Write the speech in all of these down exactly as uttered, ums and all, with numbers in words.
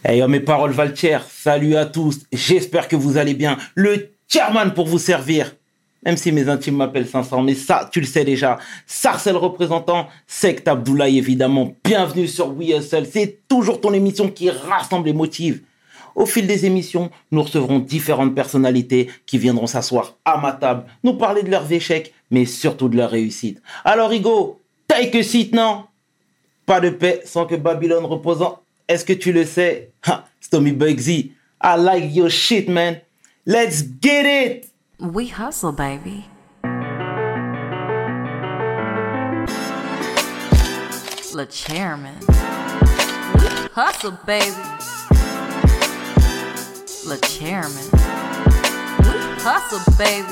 Hey, oh, mes paroles valent cher. Salut à tous. J'espère que vous allez bien. Le chairman pour vous servir. Même si mes intimes m'appellent cinq cents, mais ça, tu le sais déjà. Sarcel représentant, Sect Abdoulaye évidemment. Bienvenue sur We Hustle. C'est toujours ton émission qui rassemble et motive. Au fil des émissions, nous recevrons différentes personnalités qui viendront s'asseoir à ma table, nous parler de leurs échecs, mais surtout de leurs réussites. Alors, Hugo, take a seat, non? Pas de paix sans que Babylone reposant. Est-ce que tu le sais? Ha, Stomy Bugsy, I like your shit, man. Let's get it! We hustle, baby. Le chairman. We hustle, baby. Le chairman. We hustle, baby.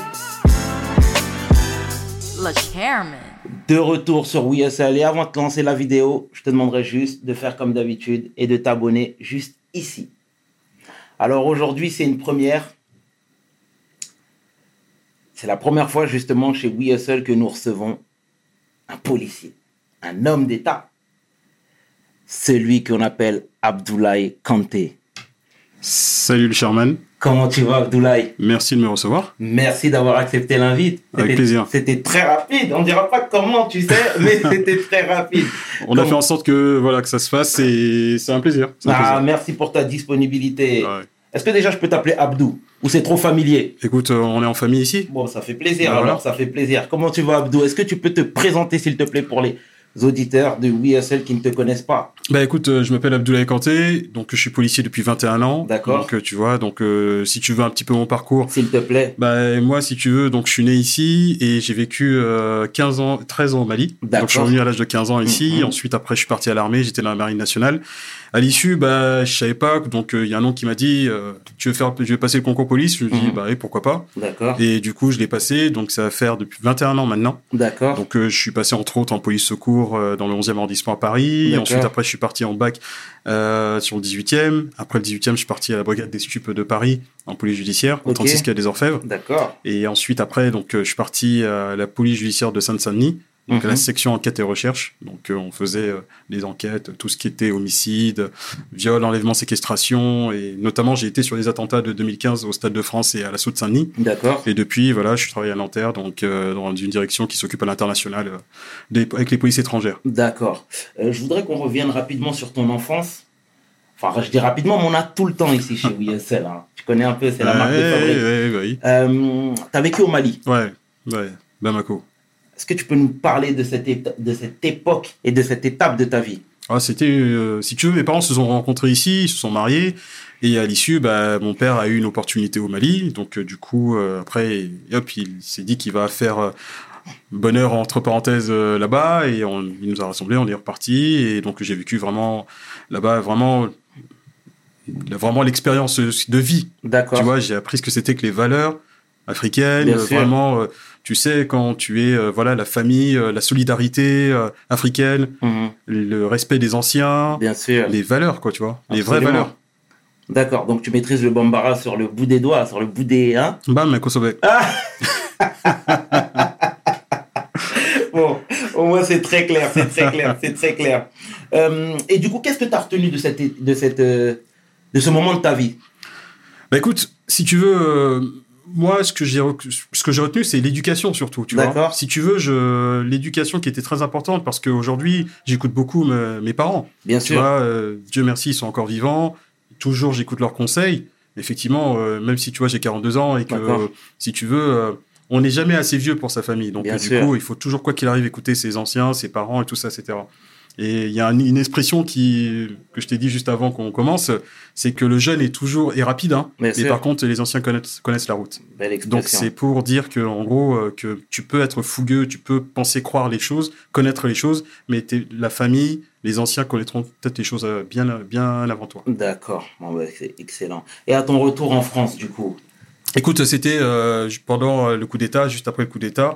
Le chairman. De retour sur We Hustle. Et avant de lancer la vidéo, je te demanderai juste de faire comme d'habitude et de t'abonner juste ici. Alors aujourd'hui, c'est une première. C'est la première fois justement chez We Hustle que nous recevons un policier, un homme d'État. Celui qu'on appelle Abdoulaye Kanté. Salut le chairman. Comment tu vas, Abdoulaye? Merci de me recevoir. Merci d'avoir accepté l'invite. Avec C'était, plaisir. C'était très rapide. On ne dira pas comment, tu sais, mais c'était très rapide. On comment... a fait en sorte que, voilà, que ça se fasse et c'est un plaisir. C'est un ah, plaisir. Merci pour ta disponibilité. Ouais. Est-ce que déjà je peux t'appeler Abdou ou c'est trop familier? Écoute, euh, on est en famille ici. Bon, ça fait plaisir Bah, alors, voilà. ça fait plaisir. Comment tu vas, Abdou? Est-ce que tu peux te présenter, s'il te plaît, pour les auditeurs de We Hustle qui ne te connaissent pas? Bah écoute, euh, je m'appelle Abdoulaye Kanté, donc je suis policier depuis vingt et un ans. D'accord. Donc euh, tu vois, donc euh, si tu veux un petit peu mon parcours, S'il te plaît. bah moi si tu veux, donc je suis né ici et j'ai vécu euh, quinze ans, treize ans au Mali. D'accord. Donc je suis revenu à l'âge de quinze ans ici. Mhm. Ensuite après je suis parti à l'armée, j'étais dans la marine nationale. À l'issue, bah je savais pas, donc il euh, y a un oncle qui m'a dit euh, tu veux faire, tu veux passer le concours police? Je me dis Mhm. bah oui, pourquoi pas. D'accord. Et du coup je l'ai passé, donc ça va faire depuis vingt et un ans maintenant. D'accord. Donc euh, je suis passé entre autres en police secours euh, dans le onzième arrondissement à Paris. D'accord. Ensuite après je suis parti en bac euh, sur le dix-huitième. Après le dix-huitième je suis parti à la brigade des stupes de Paris en police judiciaire au Ok. trente-six quai des Orfèvres. D'accord. Et ensuite après donc euh, je suis parti à la police judiciaire de Seine-Saint-Denis. Donc à la Mhm. section enquête et recherche. Donc euh, on faisait euh, les enquêtes, tout ce qui était homicide, viol, enlèvement, séquestration. Et notamment j'ai été sur les attentats de deux mille quinze au Stade de France et à l'assaut de Saint-Denis. D'accord. Et depuis, voilà, je travaille à Nanterre, donc euh, dans une direction qui s'occupe à l'international euh, des- avec les polices étrangères. D'accord. Euh, je voudrais qu'on revienne rapidement sur ton enfance. Enfin, je dis rapidement, mais on a tout le temps ici chez We Hustle. Hein. Tu connais un peu, c'est la marque de ouais, fabrique. ouais, ouais, oui. Euh, tu as vécu au Mali. Ouais, ouais, Bamako. Est-ce que tu peux nous parler de cette, éta- de cette époque et de cette étape de ta vie? Ah, c'était, euh, si tu veux, mes parents se sont rencontrés ici, ils se sont mariés, et à l'issue, bah, mon père a eu une opportunité au Mali, donc euh, du coup, euh, après, hop, il s'est dit qu'il va faire euh, bonheur entre parenthèses euh, là-bas, et on, il nous a rassemblés, on est reparti, et donc j'ai vécu vraiment là-bas, vraiment, vraiment l'expérience de vie. D'accord. Tu vois, j'ai appris ce que c'était que les valeurs africaines, Bien euh, sûr. vraiment, euh, tu sais, quand tu es, euh, voilà, la famille, euh, la solidarité euh, africaine, Mhm. le respect des anciens, Bien sûr. les valeurs, quoi, tu vois, les vraies Absolument. valeurs. D'accord. Donc, tu maîtrises le bambara sur le bout des doigts, sur le bout des... Hein? Bam, un Kosovo. Bon, au moins, c'est très clair, c'est très clair, c'est très clair. Euh, et du coup, qu'est-ce que tu as retenu de, cette, de, cette, euh, de ce moment de ta vie? Bah écoute, si tu veux, euh, moi, ce que j'ai, rec- ce que j'ai retenu, c'est l'éducation surtout, tu vois. D'accord. Si tu veux, je, l'éducation qui était très importante parce qu'aujourd'hui, j'écoute beaucoup me- mes parents. Bien Tu sûr. vois, euh, Dieu merci, ils sont encore vivants. Toujours, j'écoute leurs conseils. Effectivement, euh, même si tu vois, j'ai quarante-deux ans et que, D'accord. euh, si tu veux, euh, on n'est jamais assez vieux pour sa famille. Donc, Bien euh, du sûr. coup, il faut toujours, quoi qu'il arrive, écouter ses anciens, ses parents et tout ça, et cetera. Et il y a un- une expression qui, que je t'ai dit juste avant qu'on commence, c'est que le jeune est toujours, est rapide, hein. Bien Et sûr. par contre, les anciens connaissent, connaissent la route. Belle expression. Donc, c'est pour dire que, en gros, euh, que tu peux être fougueux, tu peux penser croire les choses, connaître les choses, mais t'es- la famille, les anciens connaîtront peut-être les choses euh, bien, bien avant toi. D'accord. Bon, bah, c'est excellent. Et à ton retour en France, du coup? Écoute, c'était euh, pendant euh, le coup d'État, juste après le coup d'État,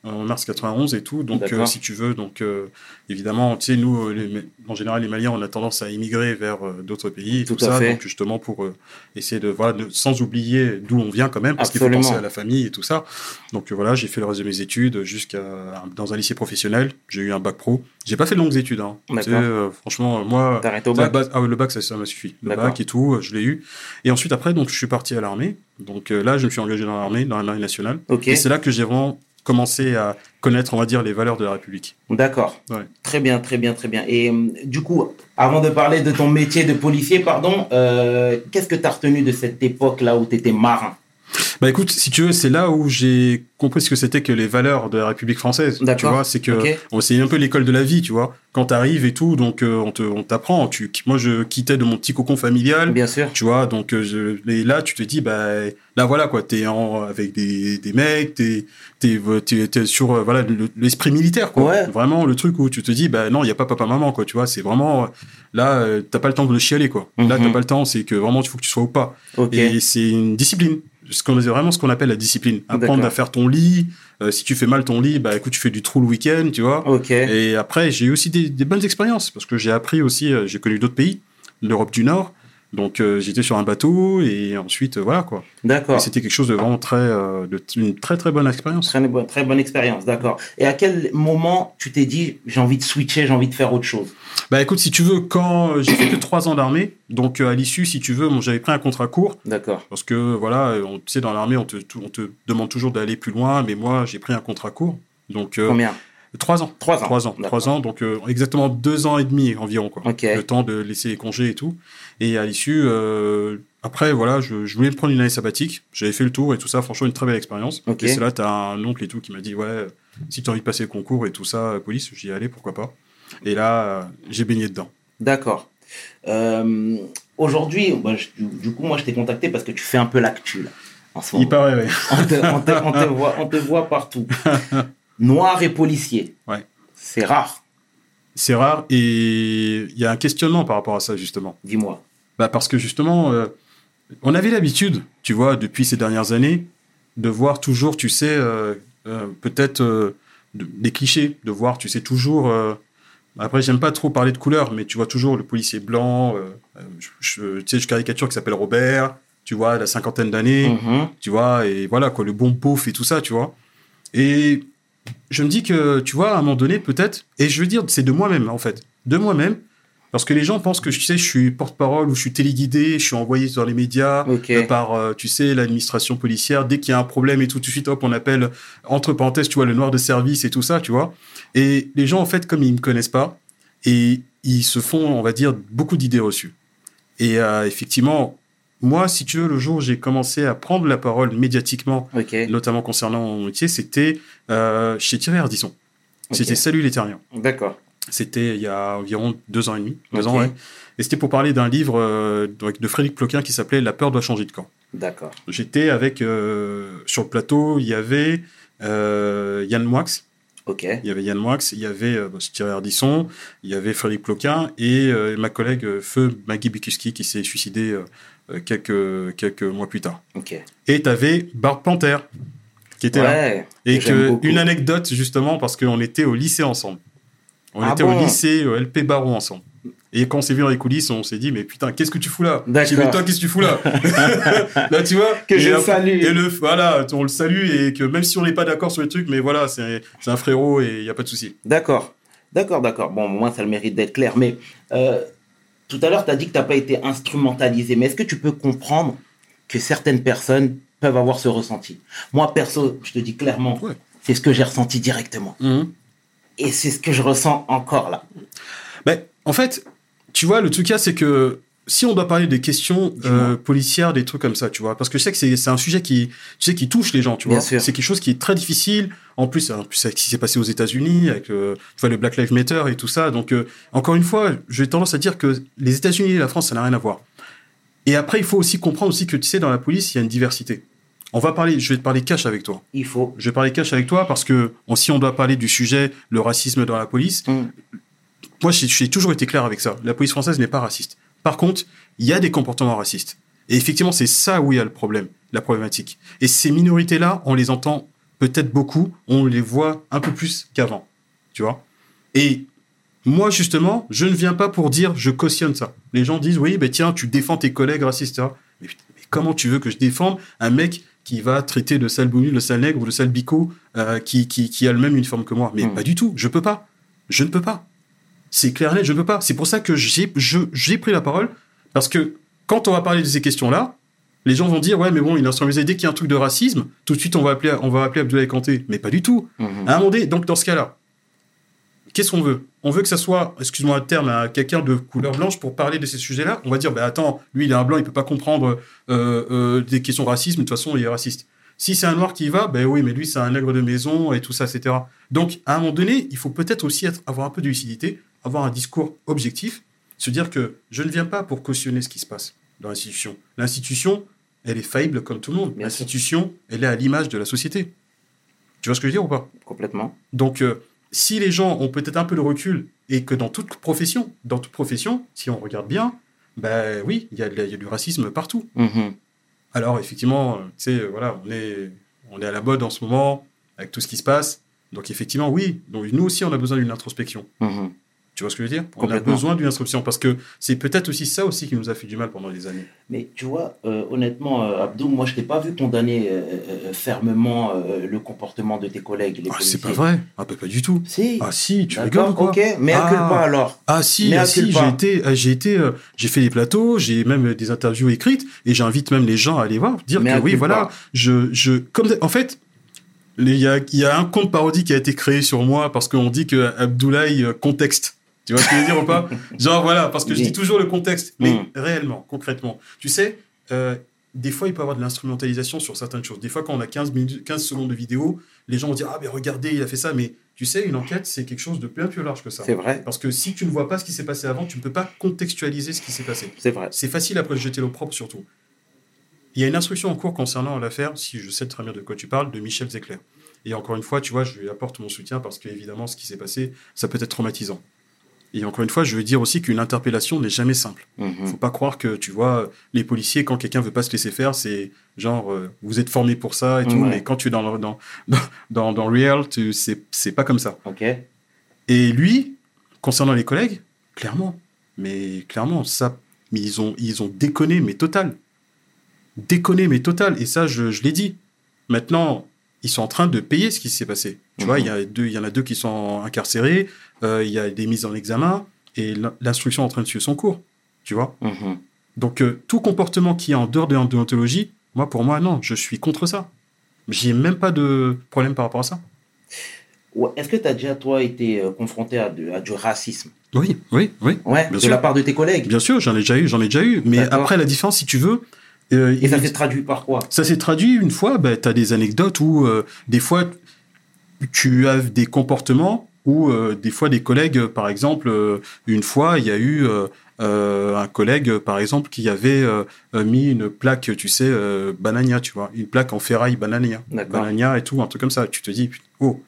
en mars quatre-vingt-onze et tout. Donc, D'accord. euh, si tu veux, donc euh, évidemment, tu sais, nous, les, en général, les Maliens, on a tendance à immigrer vers euh, d'autres pays, et Tout tout, à ça. fait. Donc, justement, pour euh, essayer de, voilà, de, sans oublier d'où on vient quand même, parce Absolument. qu'il faut penser à la famille et tout ça. Donc, euh, voilà, j'ai fait le reste de mes études jusqu'à dans un lycée professionnel. J'ai eu un bac pro. J'ai pas fait de longues études. Hein. Tu sais, D'accord. euh, franchement, moi, T'arrêtes au la bac. base- ah, ouais, le bac, ça, ça m'a suffi. Le D'accord. bac et tout, euh, je l'ai eu. Et ensuite, après, donc, je suis parti à l'armée. Donc euh, là, je me suis engagé dans l'armée, dans l'armée nationale. Ok. Et c'est là que j'ai vraiment commencé à connaître, on va dire, les valeurs de la République. D'accord. Ouais. Très bien, très bien, très bien. Et euh, du coup, avant de parler de ton métier de policier, pardon, euh, qu'est-ce que tu as retenu de cette époque-là où tu étais marin? Bah écoute, si tu veux, c'est là où j'ai compris ce que c'était que les valeurs de la République française. D'accord. Tu vois, c'est que Ok. on- c'est un peu l'école de la vie, tu vois. Quand t'arrives et tout, donc euh, on te, on t'apprend. Tu, moi, je quittais de mon petit cocon familial. Bien sûr. Tu vois, donc euh, je, et là, tu te dis, bah là, voilà quoi, t'es en, avec des, des mecs, t'es, t'es, t'es, t'es sur euh, voilà le- l'esprit militaire, quoi. Ouais. Vraiment le truc où tu te dis, bah non, il y a pas papa maman, quoi. Tu vois, c'est vraiment euh, là, euh, t'as pas le temps de le chialer, quoi. Là, Mhm. t'as pas le temps, c'est que vraiment, il faut que tu sois au pas. Ok. Et c'est une discipline. Ce qu'on c'est vraiment ce qu'on appelle la discipline. Apprendre D'accord. à faire ton lit. Euh, si tu fais mal ton lit, bah écoute, tu fais du trou le week-end, tu vois. Ok. Et après, j'ai eu aussi des, des bonnes expériences parce que j'ai appris aussi, euh, j'ai connu d'autres pays, l'Europe du Nord. Donc euh, j'étais sur un bateau et ensuite euh, voilà quoi. D'accord. Et c'était quelque chose de vraiment très, euh, de, une très très bonne expérience. Très bonne, très bonne expérience, d'accord. Et à quel moment tu t'es dit, j'ai envie de switcher, j'ai envie de faire autre chose? Bah écoute, si tu veux, quand euh, j'ai fait que trois ans d'armée, donc euh, à l'issue, si tu veux, bon, j'avais pris un contrat court. D'accord. Parce que voilà, on, tu sais, dans l'armée, on te, on te demande toujours d'aller plus loin, mais moi, j'ai pris un contrat court. Donc, euh, Combien? trois ans. Trois ans. Trois ans. D'accord. Trois ans, donc euh, exactement deux ans et demi environ, quoi. Ok. Le temps de laisser les congés et tout. Et à l'issue, euh, après, voilà, je, je voulais prendre une année sabbatique. J'avais fait le tour et tout ça. Franchement, une très belle expérience. Ok. Et c'est là, t'as un oncle et tout qui m'a dit, ouais, si tu as envie de passer le concours et tout ça, euh, police, j'y allais, pourquoi pas. Et là, euh, j'ai baigné dedans. D'accord. Euh, Aujourd'hui, bah, je- du, du coup, moi, je t'ai contacté parce que tu fais un peu l'actu, là, en ce Il moment. paraît, ouais. On te, on te- on te voit, on te voit partout. Noir et policier. Ouais. C'est rare, C'est rare et il y a un questionnement par rapport à ça, justement. dis-moi. Bah parce que justement, euh, on avait l'habitude, tu vois, depuis ces dernières années, de voir toujours, tu sais, euh, euh, peut-être euh, de- des clichés, de voir, tu sais, toujours. euh, après, j'aime pas trop parler de couleur, mais tu vois toujours le policier blanc. Euh, euh, je, je- tu sais, je caricature qui s'appelle Robert, tu vois, la cinquantaine d'années, Mhm. tu vois, et voilà quoi, le bon beauf et tout ça, tu vois. Et je me dis que, tu vois, à un moment donné, peut-être, et je veux dire, c'est de moi-même, en fait, de moi-même. Parce que les gens pensent que, tu sais, je suis porte-parole ou je suis téléguidé, je suis envoyé dans les médias Ok. euh, par, euh, tu sais, l'administration policière. Dès qu'il y a un problème et tout, tout de suite, hop, on appelle, entre parenthèses, tu vois, le noir de service et tout ça, tu vois. Et les gens, en fait, comme ils me connaissent pas, et ils se font, on va dire, beaucoup d'idées reçues. Et euh, effectivement, moi, si tu veux, le jour où j'ai commencé à prendre la parole médiatiquement, Ok. notamment concernant mon métier, c'était euh, chez Thierry Ardisson. C'était Ok. Salut les Terriens. D'accord. C'était il y a environ deux ans et demi, deux Ok. ans, ouais. Et c'était pour parler d'un livre euh, donc, de Frédéric Ploquin qui s'appelait La peur doit changer de camp. D'accord. J'étais avec, euh, sur le plateau, il y avait euh, Yann Moix, Ok. il y avait Yann Moix, il y avait euh, bon, c'est Thierry Ardisson, il y avait Frédéric Ploquin et euh, ma collègue euh, Feu Maggie Bikuski qui s'est suicidée euh, euh, quelques, quelques mois plus tard. Ok. Et tu avais Barbe Panther qui était là. Ouais. Et que j'aime que, beaucoup. une anecdote, justement, parce qu'on était au lycée ensemble. On Ah était bon au lycée, au L P Baron ensemble. Et quand on s'est vu dans les coulisses, on s'est dit, mais putain, qu'est-ce que tu fous là? D'accord. J'ai dit, mais toi, qu'est-ce que tu fous là? Là, tu vois? Que et je après- salue. Et le, voilà, on le salue et que même si on n'est pas d'accord sur les trucs, mais voilà, c'est c'est un frérot et il n'y a pas de souci. D'accord. D'accord, d'accord. Bon, au moins, ça a le mérite d'être clair. Mais euh, tout à l'heure, tu as dit que tu n'as pas été instrumentalisé. Mais est-ce que tu peux comprendre que certaines personnes peuvent avoir ce ressenti? Moi, perso, je te dis clairement, Ouais. c'est ce que j'ai ressenti directement. Et c'est ce que je ressens encore là. Ben, en fait, tu vois, le truc qu'il y a, c'est que si on doit parler des questions euh, policières, des trucs comme ça, tu vois, parce que je sais que c'est c'est un sujet qui, tu sais, qui touche les gens, tu Bien vois. sûr. C'est quelque chose qui est très difficile. En plus, en plus avec ce qui s'est passé aux États-Unis, avec euh, tu vois, le Black Lives Matter et tout ça. Donc, euh, encore une fois, j'ai tendance à dire que les États-Unis et la France, ça n'a rien à voir. Et après, il faut aussi comprendre aussi que, tu sais, dans la police, il y a une diversité. On va parler, je vais te parler cash avec toi. Il faut. Je vais parler cash avec toi parce que on- si on doit parler du sujet, le racisme dans la police, Mm. moi, j'ai j'ai toujours été clair avec ça. La police française n'est pas raciste. Par contre, il y a des comportements racistes. Et effectivement, c'est ça où il y a le problème, la problématique. Et ces minorités-là, on les entend peut-être beaucoup, on les voit un peu plus qu'avant, tu vois. Et moi, justement, je ne viens pas pour dire je cautionne ça. Les gens disent, oui, ben tiens, tu défends tes collègues racistes, et cetera. Mais, mais comment tu veux que je défende un mec qui va traiter de sale bougnou, de sale nègre ou de sale bico euh, qui, qui, qui a le même uniforme que moi? Mais mmh. pas du tout, je peux pas. Je ne peux pas. C'est clair et net, je ne peux pas. C'est pour ça que j'ai, je, j'ai pris la parole, parce que quand on va parler de ces questions-là, les gens vont dire, ouais, mais bon, il est instrumentalisé. Dès qu'il y a un truc de racisme, tout de suite, on va appeler, on va appeler Abdoulaye Kanté. Mais pas du tout. Mmh. À un moment donné, donc dans ce cas-là, qu'est-ce qu'on veut? On veut que ça soit, excuse-moi un terme, à quelqu'un de couleur blanche pour parler de ces sujets-là. On va dire, bah attends, lui, il est un blanc, il peut pas comprendre euh, euh, des questions de racisme, de toute façon, il est raciste. Si c'est un noir qui y va, ben oui, mais lui, c'est un nègre de maison et tout ça, et cetera. Donc, à un moment donné, il faut peut-être aussi être, avoir un peu de lucidité, avoir un discours objectif, se dire que je ne viens pas pour cautionner ce qui se passe dans l'institution. L'institution, elle est faillible comme tout le monde. Bien L'institution, sûr. Elle est à l'image de la société. Tu vois ce que je veux dire ou pas? Complètement. Donc, euh, si les gens ont peut-être un peu de recul et que dans toute profession, dans toute profession, si on regarde bien, ben oui, il y, y a du racisme partout. Mmh. Alors effectivement, tu sais, voilà, on est, on est à la mode en ce moment avec tout ce qui se passe. Donc effectivement, oui. Donc nous aussi, on a besoin d'une introspection. Mmh. Tu vois ce que je veux dire? On a besoin d'une introspection parce que c'est peut-être aussi ça aussi qui nous a fait du mal pendant des années. Mais tu vois, euh, honnêtement, euh, Abdou, moi je t'ai pas vu condamner euh, euh, fermement euh, le comportement de tes collègues. Les ah, c'est pas vrai. Ah, bah, pas du tout. Si. Ah si, tu rigoles quoi? Ok, mais ah. accule pas alors. Ah si, ah, si j'ai été, j'ai été, euh, j'ai fait des plateaux, j'ai même des interviews écrites et j'invite même les gens à aller voir, dire mais que oui, voilà, pas. je, je, comme en fait. Il y a, y a un compte parodie qui a été créé sur moi parce qu'on dit que Abdoulaye euh, contexte. Tu vois ce que je veux dire ou pas? Genre, voilà, parce que oui. je dis toujours le contexte. Mais mmh. réellement, concrètement, tu sais, euh, des fois, il peut y avoir de l'instrumentalisation sur certaines choses. Des fois, quand on a quinze, minutes, quinze secondes de vidéo, les gens vont dire « Ah, mais regardez, il a fait ça. » Mais tu sais, une enquête, c'est quelque chose de bien plus large que ça. C'est vrai. Parce que si tu ne vois pas ce qui s'est passé avant, tu ne peux pas contextualiser ce qui s'est passé. C'est vrai. C'est facile après de jeter l'opprobre, surtout. Il y a une instruction en cours concernant l'affaire, si je sais très bien de quoi tu parles, de Michel Zecler. Et encore une fois, tu vois, je lui apporte mon soutien parce qu'évidemment, ce qui s'est passé, ça peut être traumatisant. Et encore une fois, je veux dire aussi qu'une interpellation n'est jamais simple. Il mm-hmm. ne faut pas croire que, tu vois, les policiers, quand quelqu'un ne veut pas se laisser faire, c'est genre, euh, vous êtes formés pour ça et tout, ouais. mais quand tu es dans, dans, dans, dans, dans Real, tu, c'est, c'est pas comme ça. Okay. Et lui, concernant les collègues, clairement, mais clairement, ça, mais ils, ont, ils ont déconné, mais total. Déconné, mais total. Et ça, je, je l'ai dit. Maintenant, ils sont en train de payer ce qui s'est passé. Tu mmh. vois, il y a deux, il y en a deux qui sont incarcérés, euh, il y a des mises en examen, et l'instruction est en train de suivre son cours. Tu vois mmh. Donc, euh, tout comportement qui est en dehors de l'anthologie, moi, pour moi, non, je suis contre ça. J'ai même pas de problème par rapport à ça. Ouais. Est-ce que tu as déjà, toi, été euh, confronté à, de, à du racisme? Oui, oui, oui. Ouais, de sûr. La part de tes collègues? Bien sûr, j'en ai déjà eu, j'en ai déjà eu. Mais D'accord. après, la différence, si tu veux... Euh, et ça s'est traduit par quoi? Ça s'est traduit une fois, bah, tu as des anecdotes où euh, des fois tu as des comportements où euh, des fois des collègues, par exemple, euh, une fois il y a eu euh, euh, un collègue, par exemple, qui avait euh, mis une plaque, tu sais, euh, Banania, tu vois, une plaque en ferraille Banania, D'accord. Banania et tout, un truc comme ça. Tu te dis, oh,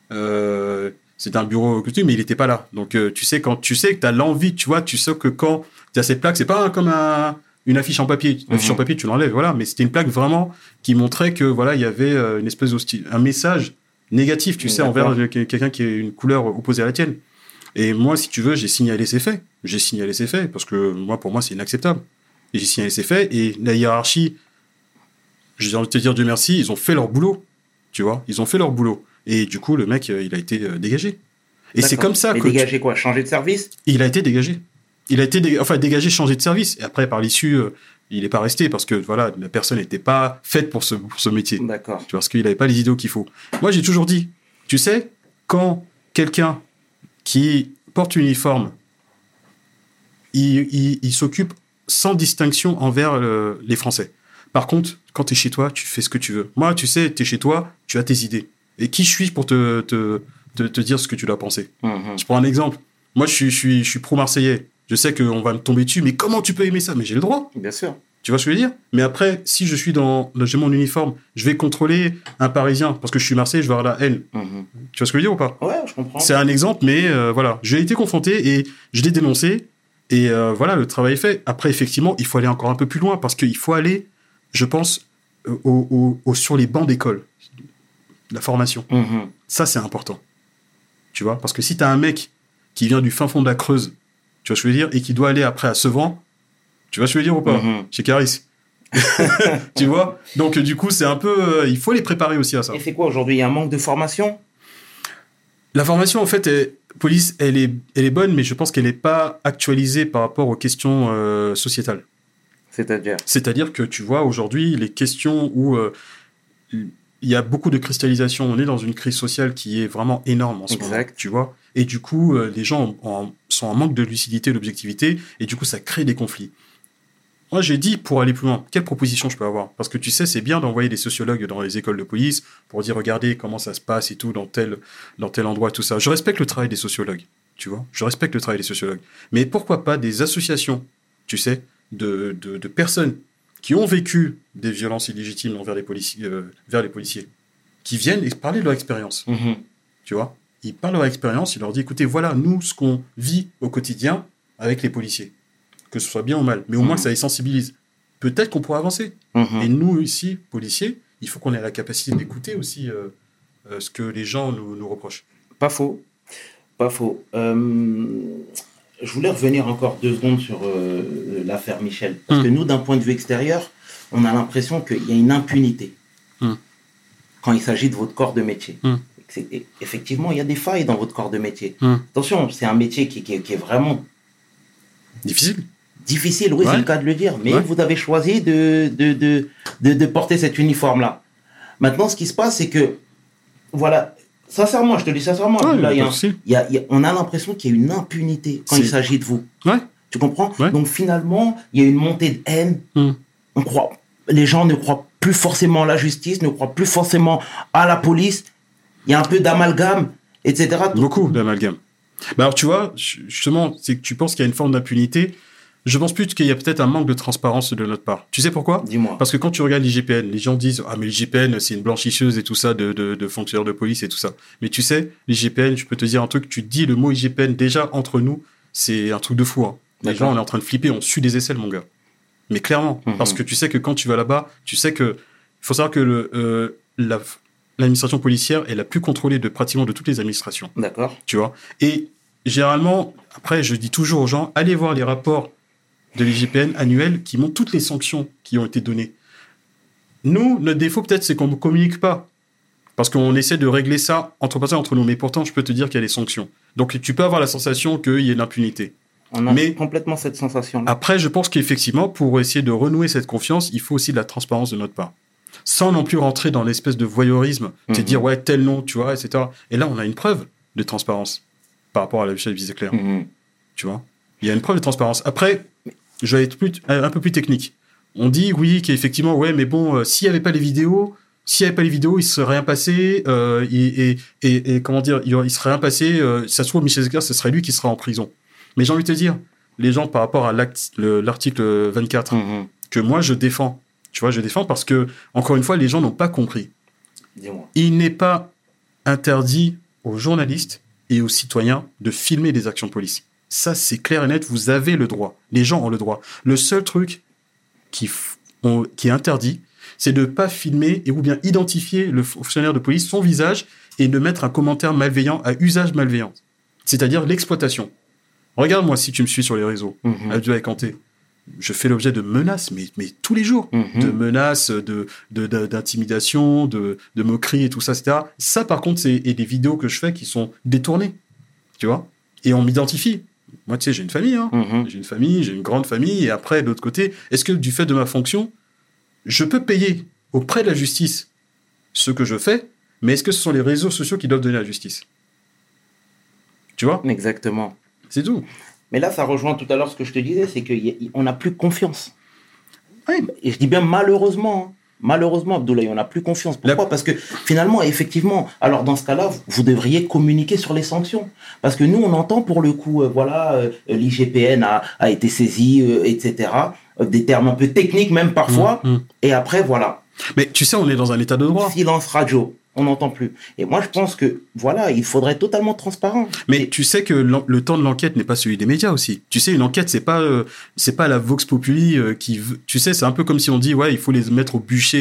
euh, c'est un bureau que tu, mais il n'était pas là. Donc euh, tu sais, quand tu sais que tu as l'envie, tu vois, tu sais que quand tu as cette plaque, c'est pas comme un... une affiche en papier, une affiche mmh. en papier, tu l'enlèves, voilà. Mais c'était une plaque vraiment qui montrait que voilà, il y avait une espèce d'hostilité, un message négatif, tu mmh, sais, d'accord. envers quelqu'un qui est une couleur opposée à la tienne. Et moi, si tu veux, j'ai signalé ces faits. J'ai signalé ces faits parce que moi, pour moi, c'est inacceptable. Et j'ai signalé ces faits et la hiérarchie, j'ai envie de te dire Dieu merci, ils ont fait leur boulot, tu vois, ils ont fait leur boulot. Et du coup, le mec, il a été dégagé. Et d'accord. c'est comme ça Mais que dégagé tu... quoi, changer de service? Il a été dégagé. Il a été dé... enfin dégagé, changé de service. Et après, par l'issue, euh, il n'est pas resté parce que voilà, la personne n'était pas faite pour ce, pour ce métier. D'accord. Tu vois, parce qu'il n'avait pas les idéaux qu'il faut. Moi, j'ai toujours dit, tu sais, quand quelqu'un qui porte un uniforme, il, il, il s'occupe sans distinction envers le, les Français. Par contre, quand tu es chez toi, tu fais ce que tu veux. Moi, tu sais, tu es chez toi, tu as tes idées. Et qui je suis pour te, te, te, te dire ce que tu dois penser? Mmh. Je prends un exemple. Moi, je suis, je suis, je suis pro-marseillais. Je sais qu'on va me tomber dessus, mais comment tu peux aimer ça? Mais j'ai le droit. Bien sûr. Tu vois ce que je veux dire? Mais après, si je suis dans, j'ai mon uniforme, je vais contrôler un Parisien parce que je suis Marseillais, je vais avoir la haine. Mmh. Tu vois ce que je veux dire ou pas? Ouais, je comprends. C'est un exemple, mais euh, voilà, j'ai été confronté et je l'ai dénoncé et euh, voilà, le travail est fait. Après, effectivement, il faut aller encore un peu plus loin parce qu'il faut aller, je pense, au, au, au, sur les bancs d'école. la formation. Mhm. Ça, c'est important. Tu vois, parce que si tu as un mec qui vient du fin fond de la Creuse, tu vois ce que je veux dire, et qui doit aller après à Sevran, tu vois ce que je veux dire ou pas, Mhm. chez Caris. Tu vois, donc du coup, c'est un peu... euh, il faut les préparer aussi à ça. Et c'est quoi aujourd'hui? Il y a un manque de formation? La formation, en fait, est, police, elle est, elle est bonne, mais je pense qu'elle n'est pas actualisée par rapport aux questions euh, sociétales. C'est-à-dire? C'est-à-dire que tu vois, aujourd'hui, les questions où euh, il y a beaucoup de cristallisation, on est dans une crise sociale qui est vraiment énorme en ce Exact. moment, tu vois. Et du coup, euh, les gens en- sont en manque de lucidité, d'objectivité, et du coup, ça crée des conflits. Moi, j'ai dit, pour aller plus loin, quelle proposition je peux avoir? Parce que tu sais, c'est bien d'envoyer des sociologues dans les écoles de police pour dire, regardez comment ça se passe et tout, dans tel, dans tel endroit, tout ça. Je respecte le travail des sociologues, tu vois. Je respecte le travail des sociologues. Mais pourquoi pas des associations, tu sais, de, de, de personnes qui ont vécu des violences illégitimes envers les policiers, euh, vers les policiers, qui viennent et parler de leur expérience, Mhm. tu vois. Ils parlent de leur expérience, ils leur disent, écoutez, voilà, nous, ce qu'on vit au quotidien avec les policiers. Que ce soit bien ou mal, mais au moins Mhm. que ça les sensibilise. Peut-être qu'on pourra avancer. Mhm. Et nous, ici, policiers, il faut qu'on ait la capacité d'écouter aussi euh, euh, ce que les gens nous, nous reprochent. Pas faux. Pas faux. Euh, je voulais revenir encore deux secondes sur euh, l'affaire Michel. Parce Mm. que nous, d'un point de vue extérieur, on a l'impression qu'il y a une impunité Mm. quand il s'agit de votre corps de métier. Mm. C'est- et- effectivement, il y a des failles dans votre corps de métier. Mm. Attention, c'est un métier qui, qui- qui est vraiment Difficile. difficile, oui, Ouais. c'est le cas de le dire. Mais Ouais. vous avez choisi de, de, de, de, de porter cet uniforme-là. Maintenant, ce qui se passe, c'est que, voilà, sincèrement, je te le dis sincèrement, Ouais, Abdoulaye, pas de hein, souci. il y a- il y a- on a l'impression qu'il y a une impunité quand C'est- il s'agit de vous. Ouais. Tu comprends? Ouais. Donc finalement, il y a une montée de haine. Mm. On croit, les gens ne croient plus forcément à la justice, ne croient plus forcément à la police. Il y a un peu d'amalgame, et cetera. Beaucoup d'amalgame. Bah alors, tu vois, ju- justement, c'est que tu penses qu'il y a une forme d'impunité. Je pense plus qu'il y a peut-être un manque de transparence de notre part. Tu sais pourquoi? Dis-moi. Parce que quand tu regardes l'I G P N, les gens disent « Ah, mais l'I G P N, c'est une blanchisseuse et tout ça, de, de, de fonctionnaires de police et tout ça. » Mais tu sais, l'I G P N, je peux te dire un truc, tu dis le mot I G P N, déjà, entre nous, c'est un truc de fou. Hein. Les D'accord. gens, on est en train de flipper, on sue des aisselles, mon gars. Mais clairement, Mhm. parce que tu sais que quand tu vas là-bas, tu sais que... Il faut savoir que le, euh, la, l'administration policière est la plus contrôlée de pratiquement de toutes les administrations. D'accord. Tu vois. Et généralement, après, je dis toujours aux gens, allez voir les rapports de l'I G P N annuels qui montrent toutes les sanctions qui ont été données. Nous, notre défaut, peut-être, c'est qu'on ne communique pas. Parce qu'on essaie de régler ça entre personnes, entre nous. Mais pourtant, je peux te dire qu'il y a des sanctions. Donc, tu peux avoir la sensation qu'il y a de l'impunité. On a Mais- complètement cette sensation. Après, je pense qu'effectivement, pour essayer de renouer cette confiance, il faut aussi de la transparence de notre part. Sans non plus rentrer dans l'espèce de voyeurisme, Mhm. c'est dire, ouais, tel nom, tu vois, et cetera. Et là, on a une preuve de transparence par rapport à la vie visée claire. Mhm. Tu vois, il y a une preuve de transparence. Après, je vais être plus, un peu plus technique. On dit, oui, qu'effectivement, ouais, mais bon, euh, s'il n'y avait pas les vidéos, s'il n'y avait pas les vidéos, il ne serait rien passé, euh, et, et, et, et comment dire, il ne serait rien passé, euh, ça se trouve, Michel Zecler, ce serait lui qui serait en prison. Mais j'ai envie de te dire, les gens, par rapport à l'acte- le- l'article vingt-quatre, Mhm. que moi, je défends, tu vois, je défends parce que, encore une fois, les gens n'ont pas compris. Dis-moi. Il n'est pas interdit aux journalistes et aux citoyens de filmer des actions de police. Ça, c'est clair et net, vous avez le droit. Les gens ont le droit. Le seul truc qui, f- on- qui est interdit, c'est de ne pas filmer et ou bien identifier le fonctionnaire de police, son visage, et de mettre un commentaire malveillant à usage malveillant. C'est-à-dire l'exploitation. Regarde-moi si tu me suis sur les réseaux, Mhm. Abdoulaye Kanté. Je fais l'objet de menaces, mais, mais tous les jours. Mhm. De menaces, de, de, de- d'intimidation, de, de moqueries et tout ça, et cetera. Ça, par contre, c'est et des vidéos que je fais qui sont détournées. Tu vois? Et on m'identifie. Moi, tu sais, j'ai une famille, hein. Mhm. J'ai une famille, j'ai une grande famille. Et après, de l'autre côté, est-ce que du fait de ma fonction, je peux payer auprès de la justice ce que je fais, mais est-ce que ce sont les réseaux sociaux qui doivent donner la justice? Tu vois? Exactement. C'est tout. Mais là, ça rejoint tout à l'heure ce que je te disais, c'est qu'on n'a plus confiance. Oui. Et je dis bien malheureusement, hein. Malheureusement, Abdoulaye, on n'a plus confiance. Pourquoi? La- Parce que finalement, effectivement, alors dans ce cas-là, vous, vous devriez communiquer sur les sanctions. Parce que nous, on entend pour le coup, euh, voilà, euh, l'I G P N a, a été saisi, euh, et cetera. Euh, des termes un peu techniques même parfois. Mmh, mmh. Et après, voilà, Mais tu sais, on est dans un état de droit. silence radio. On n'entend plus. Et moi, je pense que, voilà, il faudrait être totalement transparent. Mais tu sais que l'en- le temps de l'enquête n'est pas celui des médias aussi. Tu sais, une enquête, c'est pas, euh, c'est pas la Vox Populi euh, qui veut. Tu sais, c'est un peu comme si on dit, ouais, il faut les mettre au bûcher.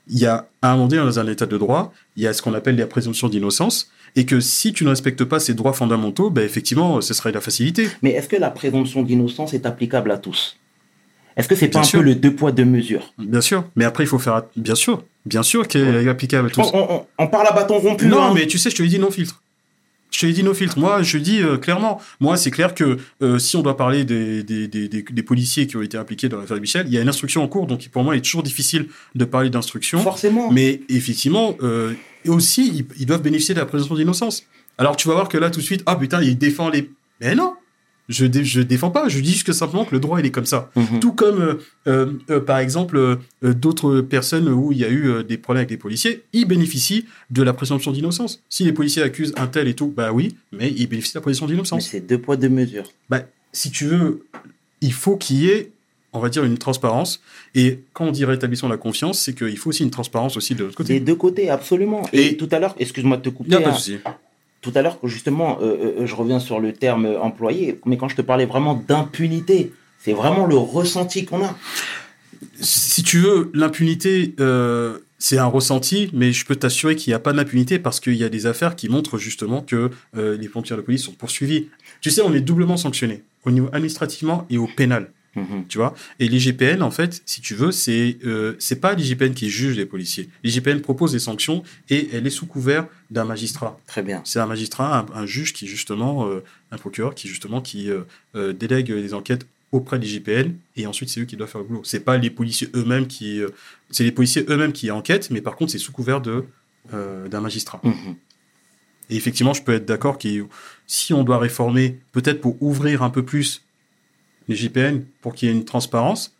il y a, à un moment donné, dans un état de droit, il y a ce qu'on appelle la présomption d'innocence, et que si tu ne respectes pas ces droits fondamentaux, ben effectivement, ce serait la facilité. Mais est-ce que la présomption d'innocence est applicable à tous? Est-ce que c'est pas Bien un sûr. peu le deux poids, deux mesures? Bien sûr, mais après, il faut faire... Bien sûr, bien sûr qu'elle est applicable à tous. on, on, on parle à bâton rompu. Non, hein. mais tu sais, je te l'ai dit non filtre. Je te l'ai dit no filtre. Moi, je dis euh, clairement. Moi, c'est clair que euh, si on doit parler des, des, des, des, des policiers qui ont été impliqués dans l'affaire Michel, il y a une instruction en cours, donc pour moi, il est toujours difficile de parler d'instruction. Forcément. Mais effectivement, euh, aussi, ils, ils doivent bénéficier de la présomption d'innocence. Alors, tu vas voir que là, tout de suite, ah putain, il défend les... Mais non, je dé, je défends pas. Je dis juste que simplement que le droit, il est comme ça. Mm-hmm. Tout comme, euh, euh, euh, par exemple, euh, d'autres personnes où il y a eu euh, des problèmes avec les policiers, ils bénéficient de la présomption d'innocence. Si les policiers accusent un tel et tout, bah oui, mais ils bénéficient de la présomption Mais d'innocence. c'est deux poids, deux mesures. Bah, si tu veux, il faut qu'il y ait, on va dire, une transparence. Et quand on dit rétablissement de la confiance, c'est qu'il faut aussi une transparence aussi de l'autre côté. Des deux côtés, absolument. Et, Et- tout à l'heure, excuse-moi de te couper. Il n'y a pas hein. de souci. Tout à l'heure, justement, euh, euh, je reviens sur le terme euh, employé, mais quand je te parlais vraiment d'impunité, c'est vraiment le ressenti qu'on a. Si tu veux, l'impunité, euh, c'est un ressenti, mais je peux t'assurer qu'il n'y a pas d'impunité parce qu'il y a des affaires qui montrent justement que euh, les pompiers de police sont poursuivis. Tu sais, on est doublement sanctionné, au niveau administrativement et au pénal. Mhm. Tu vois, et l'I G P N, en fait, si tu veux, c'est euh, c'est pas l'I G P N qui juge les policiers. L'I G P N propose des sanctions et elle est sous couvert d'un magistrat. Très bien. C'est un magistrat, un, un juge qui justement, euh, un procureur qui justement qui euh, euh, délègue les enquêtes auprès de l'I G P N et ensuite c'est eux qui doivent faire le boulot. C'est pas les policiers eux-mêmes qui, euh, c'est les policiers eux-mêmes qui enquêtent, mais par contre c'est sous couvert de euh, d'un magistrat. Mhm. Et effectivement, je peux être d'accord que si on doit réformer, peut-être pour ouvrir un peu plus les J P N pour qu'il y ait une transparence.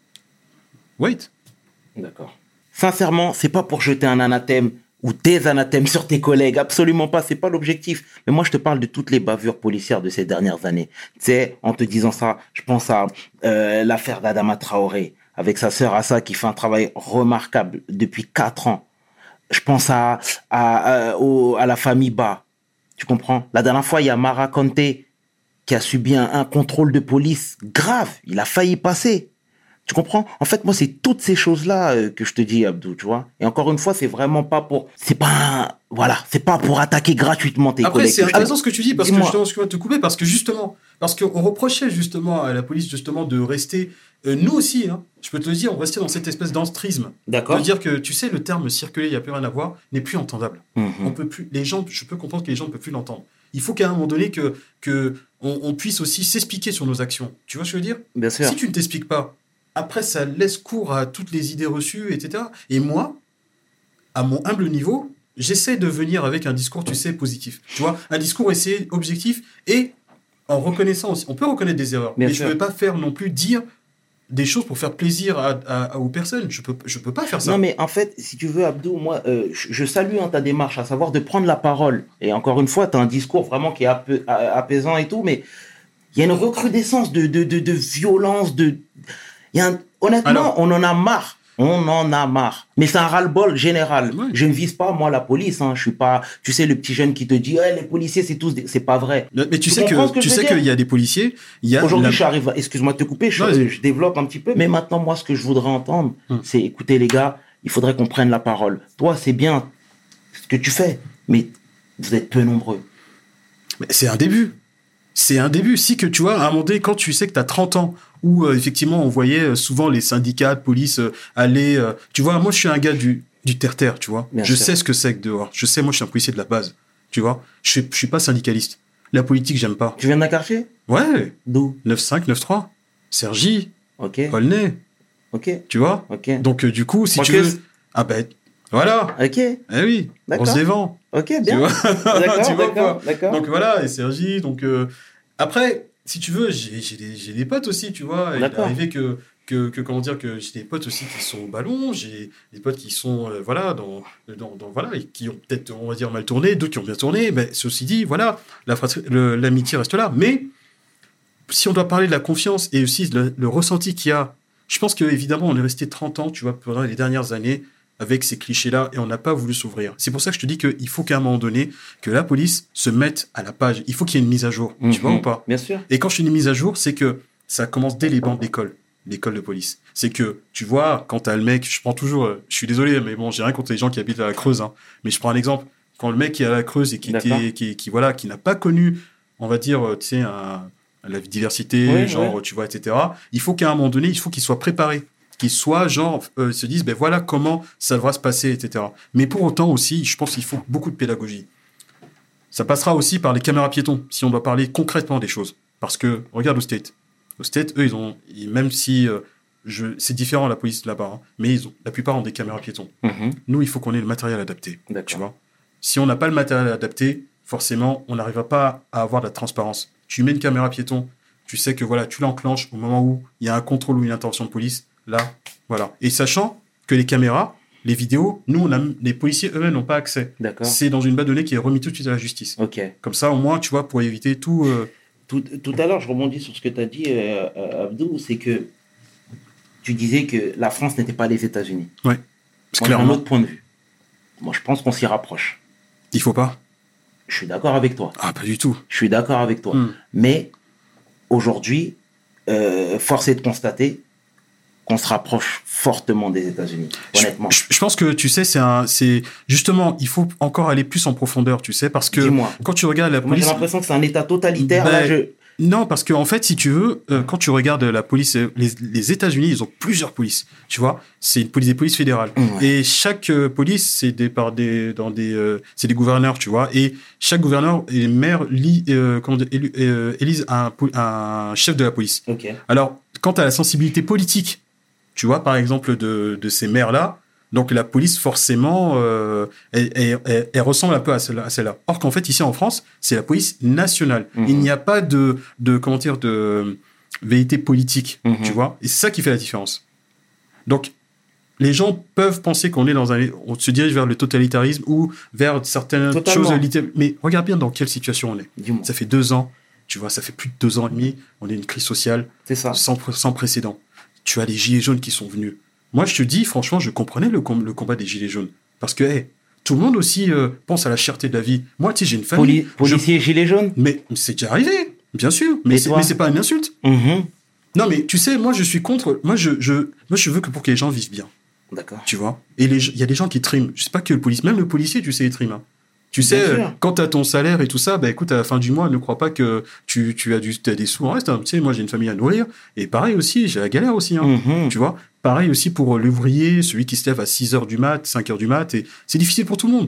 Wait. D'accord. Sincèrement, c'est pas pour jeter un anathème ou des anathèmes sur tes collègues, absolument pas, c'est pas l'objectif. Mais moi, je te parle de toutes les bavures policières de ces dernières années. Tu sais, en te disant ça, je pense à euh, l'affaire d'Adama Traoré, avec sa sœur Assa, qui fait un travail remarquable depuis quatre ans. Je pense à, à, à, au, à la famille Ba, tu comprends? La dernière fois, il y a Mara Conté, qui a subi un, un contrôle de police grave. Il a failli passer. Tu comprends? En fait, moi, c'est toutes ces choses-là euh, que je te dis, Abdou, tu vois. Et encore une fois, c'est vraiment pas pour... C'est pas... Un... Voilà, c'est pas pour attaquer gratuitement tes Après, collègues. c'est que je te- intéressant ce que tu dis, parce que Dis-moi. justement, excuse-moi de te couper, parce que justement, parce qu'on reprochait justement à la police justement de rester, euh, nous aussi, hein, je peux te le dire, on restait dans cette espèce d'entrisme. D'accord. De dire que, tu sais, le terme circuler, il n'y a plus rien à voir, n'est plus entendable. Mhm. On peut plus, les gens, je peux comprendre que les gens ne peuvent plus l'entendre. Il faut qu'à un moment donné, que, que on, on puisse aussi s'expliquer sur nos actions. Tu vois ce que je veux dire? Bien sûr. Si tu ne t'expliques pas, après, ça laisse cours à toutes les idées reçues, et cetera. Et moi, à mon humble niveau, j'essaie de venir avec un discours, tu sais, positif. Tu vois, un discours essayer objectif et en reconnaissant aussi. On peut reconnaître des erreurs, Bien mais sûr. je ne veux pas faire non plus dire des choses pour faire plaisir à, à- à- aux personnes. Je peux, je peux pas faire ça. Non, mais en fait, si tu veux, Abdou, moi, euh, je, je salue hein, ta démarche, à savoir de prendre la parole. Et encore une fois, tu as un discours vraiment qui est apais- a- apaisant et tout, mais il y a une recrudescence de, de, de, de violence. De... Il y a un... Honnêtement, Alors- on en a marre. On en a marre. Mais c'est un ras-le-bol général. Ouais. Je ne vise pas, moi, la police. Hein. Je suis pas, tu sais, le petit jeune qui te dit, eh, les policiers, c'est tous des... C'est pas vrai. Mais tu, Tu sais comprends ce que, que tu je veux sais dire qu'il y a des policiers. Il y a Aujourd'hui, la- je arrive, à- excuse-moi de te couper, je, Non, vas-y. je développe un petit peu. Mais maintenant, moi, ce que je voudrais entendre, Hum. c'est, écoutez, les gars, il faudrait qu'on prenne la parole. Toi, c'est bien ce que tu fais, mais vous êtes peu nombreux. Mais c'est un début. C'est un début. Si que tu vois, à un moment donné, quand tu sais que tu as trente ans, où euh, effectivement on voyait euh, souvent les syndicats de police euh, aller. euh, tu vois, moi je suis un gars du, du terre-terre, tu vois. Bien je sûr. sais ce que c'est que dehors. Je sais, moi je suis un policier de la base, tu vois. Je suis, je suis pas syndicaliste. La politique, j'aime pas. Tu viens d'un quartier? Ouais, D'où? neuf cinq, neuf trois. Sergi, Ok, Aulnay, ok, tu vois. ok. Donc euh, du coup, si tu Focus. veux. Ah ben, voilà. Ok, Eh oui, on D'accord. se dévend. ok, Tu bien. vois, D'accord, tu vois d'accord, quoi. d'accord. Donc voilà, et Sergi, donc euh, après, si tu veux, j'ai j'ai des, j'ai des potes aussi, tu vois. Il est D'accord. arrivé que, que, que, comment dire, que j'ai des potes aussi qui sont au ballon, j'ai des potes qui sont, euh, voilà, dans, dans, dans, voilà, et qui ont peut-être, on va dire, mal tourné, d'autres qui ont bien tourné, mais ceci dit, voilà, la fratrie- le- l'amitié reste là. Mais si on doit parler de la confiance et aussi le, le ressenti qu'il y a, je pense qu'évidemment, on est resté trente ans, tu vois, pendant les dernières années, avec ces clichés-là, et on n'a pas voulu s'ouvrir. C'est pour ça que je te dis qu'il faut qu'à un moment donné, que la police se mette à la page. Il faut qu'il y ait une mise à jour, tu vois Mhm. ou pas? Bien sûr. Et quand je dis une mise à jour, c'est que ça commence dès les bancs d'école. l'école de police. C'est que, tu vois, quand t'as le mec, je prends toujours, euh, je suis désolé, mais bon, j'ai rien contre les gens qui habitent à la Creuse, hein, mais je prends un exemple. Quand le mec qui est à la Creuse et qui, qui, qui, qui, voilà, qui n'a pas connu, on va dire, tu sais, un, la diversité, oui, genre, oui. tu vois, et cetera, il faut qu'à un moment donné, il faut qu'il soit préparé. Qu'ils soient, genre, euh, se disent, ben voilà comment ça devra se passer, et cetera. Mais pour autant aussi, je pense qu'il faut beaucoup de pédagogie. Ça passera aussi par les caméras piétons, si on doit parler concrètement des choses. Parce que, regarde au State. Au State, eux, ils ont, même si euh, je, c'est différent la police là-bas, hein, mais ils ont, la plupart ont des caméras piétons. Mm-hmm. Nous, il faut qu'on ait le matériel adapté. D'accord. Tu vois. Si on n'a pas le matériel adapté, forcément, on n'arrivera pas à avoir de la transparence. Tu mets une caméra piéton, tu sais que voilà, tu l'enclenches au moment où il y a un contrôle ou une intervention de police. Là, voilà. Et sachant que les caméras, les vidéos, nous, on a, les policiers eux-mêmes n'ont pas accès. D'accord. C'est dans une base de données qui est remise tout de suite à la justice. Ok. Comme ça, au moins, tu vois, pour éviter tout. Euh... Tout, tout à l'heure, je rebondis sur ce que tu as dit, euh, euh, Abdou, c'est que tu disais que la France n'était pas les États-Unis. Oui. Moi, j'ai un autre point de vue. Moi, je pense qu'on s'y rapproche. Il faut pas. Je suis d'accord avec toi. Ah, pas du tout. Je suis d'accord avec toi. Mm. Mais aujourd'hui, euh, force est de constater qu'on se rapproche fortement des États-Unis, honnêtement. Je, je pense que, tu sais, c'est un, c'est justement, il faut encore aller plus en profondeur, tu sais, parce que Dis-moi. Quand tu regardes la Moi, police... j'ai l'impression que c'est un État totalitaire. Ben, là, je... Non, parce que en fait, si tu veux, euh, quand tu regardes la police, les, les États-Unis, ils ont plusieurs polices, tu vois. C'est une police des polices fédérales. Ouais. Et chaque euh, police, c'est des par des dans des, euh, c'est des gouverneurs, tu vois. Et chaque gouverneur et maire lit, euh, comment dire, élu, euh, élise un, un chef de la police. Okay. Alors, quant à la sensibilité politique, tu vois, par exemple, de, de ces maires-là, donc la police, forcément, euh, elle, elle, elle, elle ressemble un peu à celle-là, à celle-là. Or qu'en fait, ici en France, c'est la police nationale. Mmh. Il n'y a pas de, de, comment dire, de vérité politique, mmh. tu vois. Et c'est ça qui fait la différence. Donc, les gens peuvent penser qu'on est dans un... On se dirige vers le totalitarisme ou vers certaines Totalement. choses... Mais regarde bien dans quelle situation on est. Dis-moi. Ça fait deux ans, tu vois, ça fait plus de deux ans et demi, on est une crise sociale c'est ça. Sans, sans précédent. Tu as les gilets jaunes qui sont venus. Moi, je te dis, franchement, je comprenais le, com- le combat des gilets jaunes. Parce que, hey, tout le monde aussi euh, pense à la cherté de la vie. Moi, tu sais, j'ai une famille... Poli- policier je... gilets jaunes. Mais c'est déjà arrivé, bien sûr. Mais, c'est, mais c'est pas une insulte. Mm-hmm. Non, mais tu sais, moi, je suis contre... Moi, je, je, moi, je veux que pour que les gens vivent bien. D'accord. Tu vois. Et il y a des gens qui triment. Je sais pas que le policier... Même le policier, tu sais, il trime. Hein. Tu sais, euh, quand tu as ton salaire et tout ça, bah écoute, à la fin du mois, ne crois pas que tu, tu as, du, as des sous en reste. Hein. Tu sais, moi, j'ai une famille à nourrir. Et pareil aussi, j'ai la galère aussi. Hein. Mm-hmm. Tu vois. Pareil aussi pour l'ouvrier, celui qui se lève à six heures du mat, cinq heures du mat. Et c'est difficile pour tout le monde.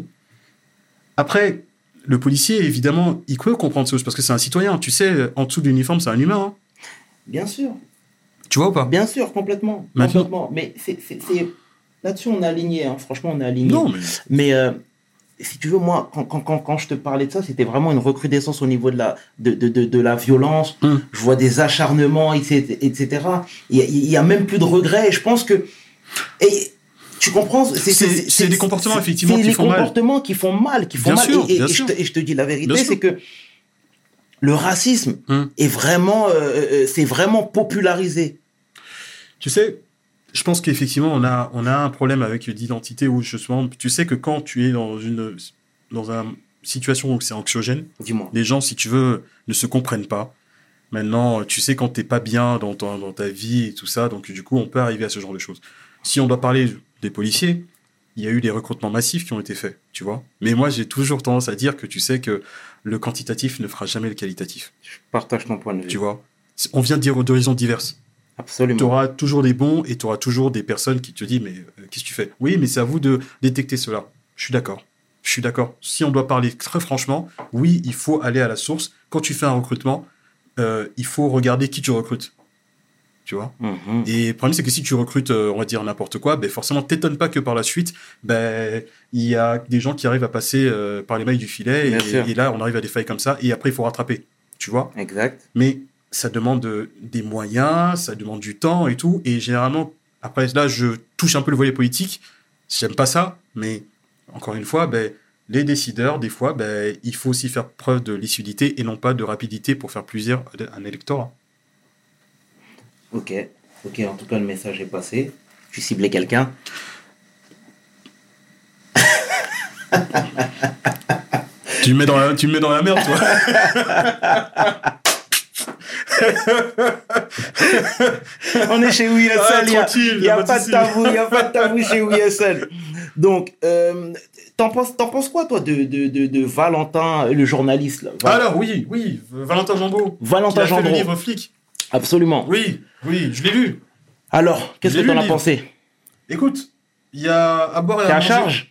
Après, le policier, évidemment, il peut comprendre ça parce que c'est un citoyen. Tu sais, en dessous de l'uniforme, c'est un humain. Hein. Bien sûr. Tu vois ou pas ? Bien sûr, complètement. Maintenant... complètement. Mais c'est, c'est, c'est... là-dessus, on est aligné. Hein. Franchement, on est aligné. Non, mais... Mais... Euh... Si tu veux, moi, quand, quand, quand, quand je te parlais de ça, c'était vraiment une recrudescence au niveau de la, de, de, de, de la violence. Mm. Je vois des acharnements, et cetera. Il y a, il y a même plus de regrets. Et je pense que... Et, tu comprends c'est, c'est, c'est, c'est des comportements, c'est, effectivement, c'est qui font mal. C'est des comportements qui font mal. Qui font bien mal. Sûr, et, bien et, sûr. Et, je te, et je te dis la vérité, bien c'est sûr. que le racisme mm. est vraiment... Euh, c'est vraiment popularisé. Tu sais... Je pense qu'effectivement, on a, on a un problème avec l'identité où, justement, tu sais que quand tu es dans une, dans une situation où c'est anxiogène, Dis-moi. les gens, si tu veux, ne se comprennent pas. Maintenant, tu sais quand t'es pas bien dans, ton, dans ta vie et tout ça, donc du coup, on peut arriver à ce genre de choses. Si on doit parler des policiers, il y a eu des recrutements massifs qui ont été faits, tu vois. Mais moi, j'ai toujours tendance à dire que tu sais que le quantitatif ne fera jamais le qualitatif. Je partage ton point de vue. Tu vois. On vient de dire d'horizons diverses. Absolument. Tu auras toujours des bons et tu auras toujours des personnes qui te disent mais euh, qu'est-ce que tu fais ? Oui, mais c'est à vous de détecter cela. Je suis d'accord. Je suis d'accord. Si on doit parler très franchement, oui, il faut aller à la source. Quand tu fais un recrutement, euh, il faut regarder qui tu recrutes. Tu vois ? Mm-hmm. Et le problème, c'est que si tu recrutes, euh, on va dire n'importe quoi, ben forcément, t'étonnes pas que par la suite, ben il y a des gens qui arrivent à passer euh, par les mailles du filet et, et là, on arrive à des failles comme ça et après, il faut rattraper. Tu vois ? Exact. Mais ça demande des moyens, ça demande du temps et tout. Et généralement, après là, je touche un peu le volet politique. J'aime pas ça, mais encore une fois, ben, les décideurs, des fois, ben, il faut aussi faire preuve de lucidité et non pas de rapidité pour faire plaisir à un électorat. Ok, ok. En tout cas, le message est passé. Tu ciblais quelqu'un. tu me mets dans la, tu me mets dans la merde, toi. On est chez We Hustle, Ah, il n'y a, tranquille, y a y a pas pas de de tabou, il n'y a pas de tabou chez We Hustle. Donc, euh, t'en penses, t'en penses quoi, toi, de, de, de, de Valentin, le journaliste là Val- Alors, oui, oui, Valentin Jambot. Valentin qui a fait Jambot. le livre Flic. Absolument. Oui, oui, je l'ai lu. Alors, qu'est-ce J'ai que lu t'en le as livre. pensé? Écoute, il y a à boire et T'es à à manger. charge?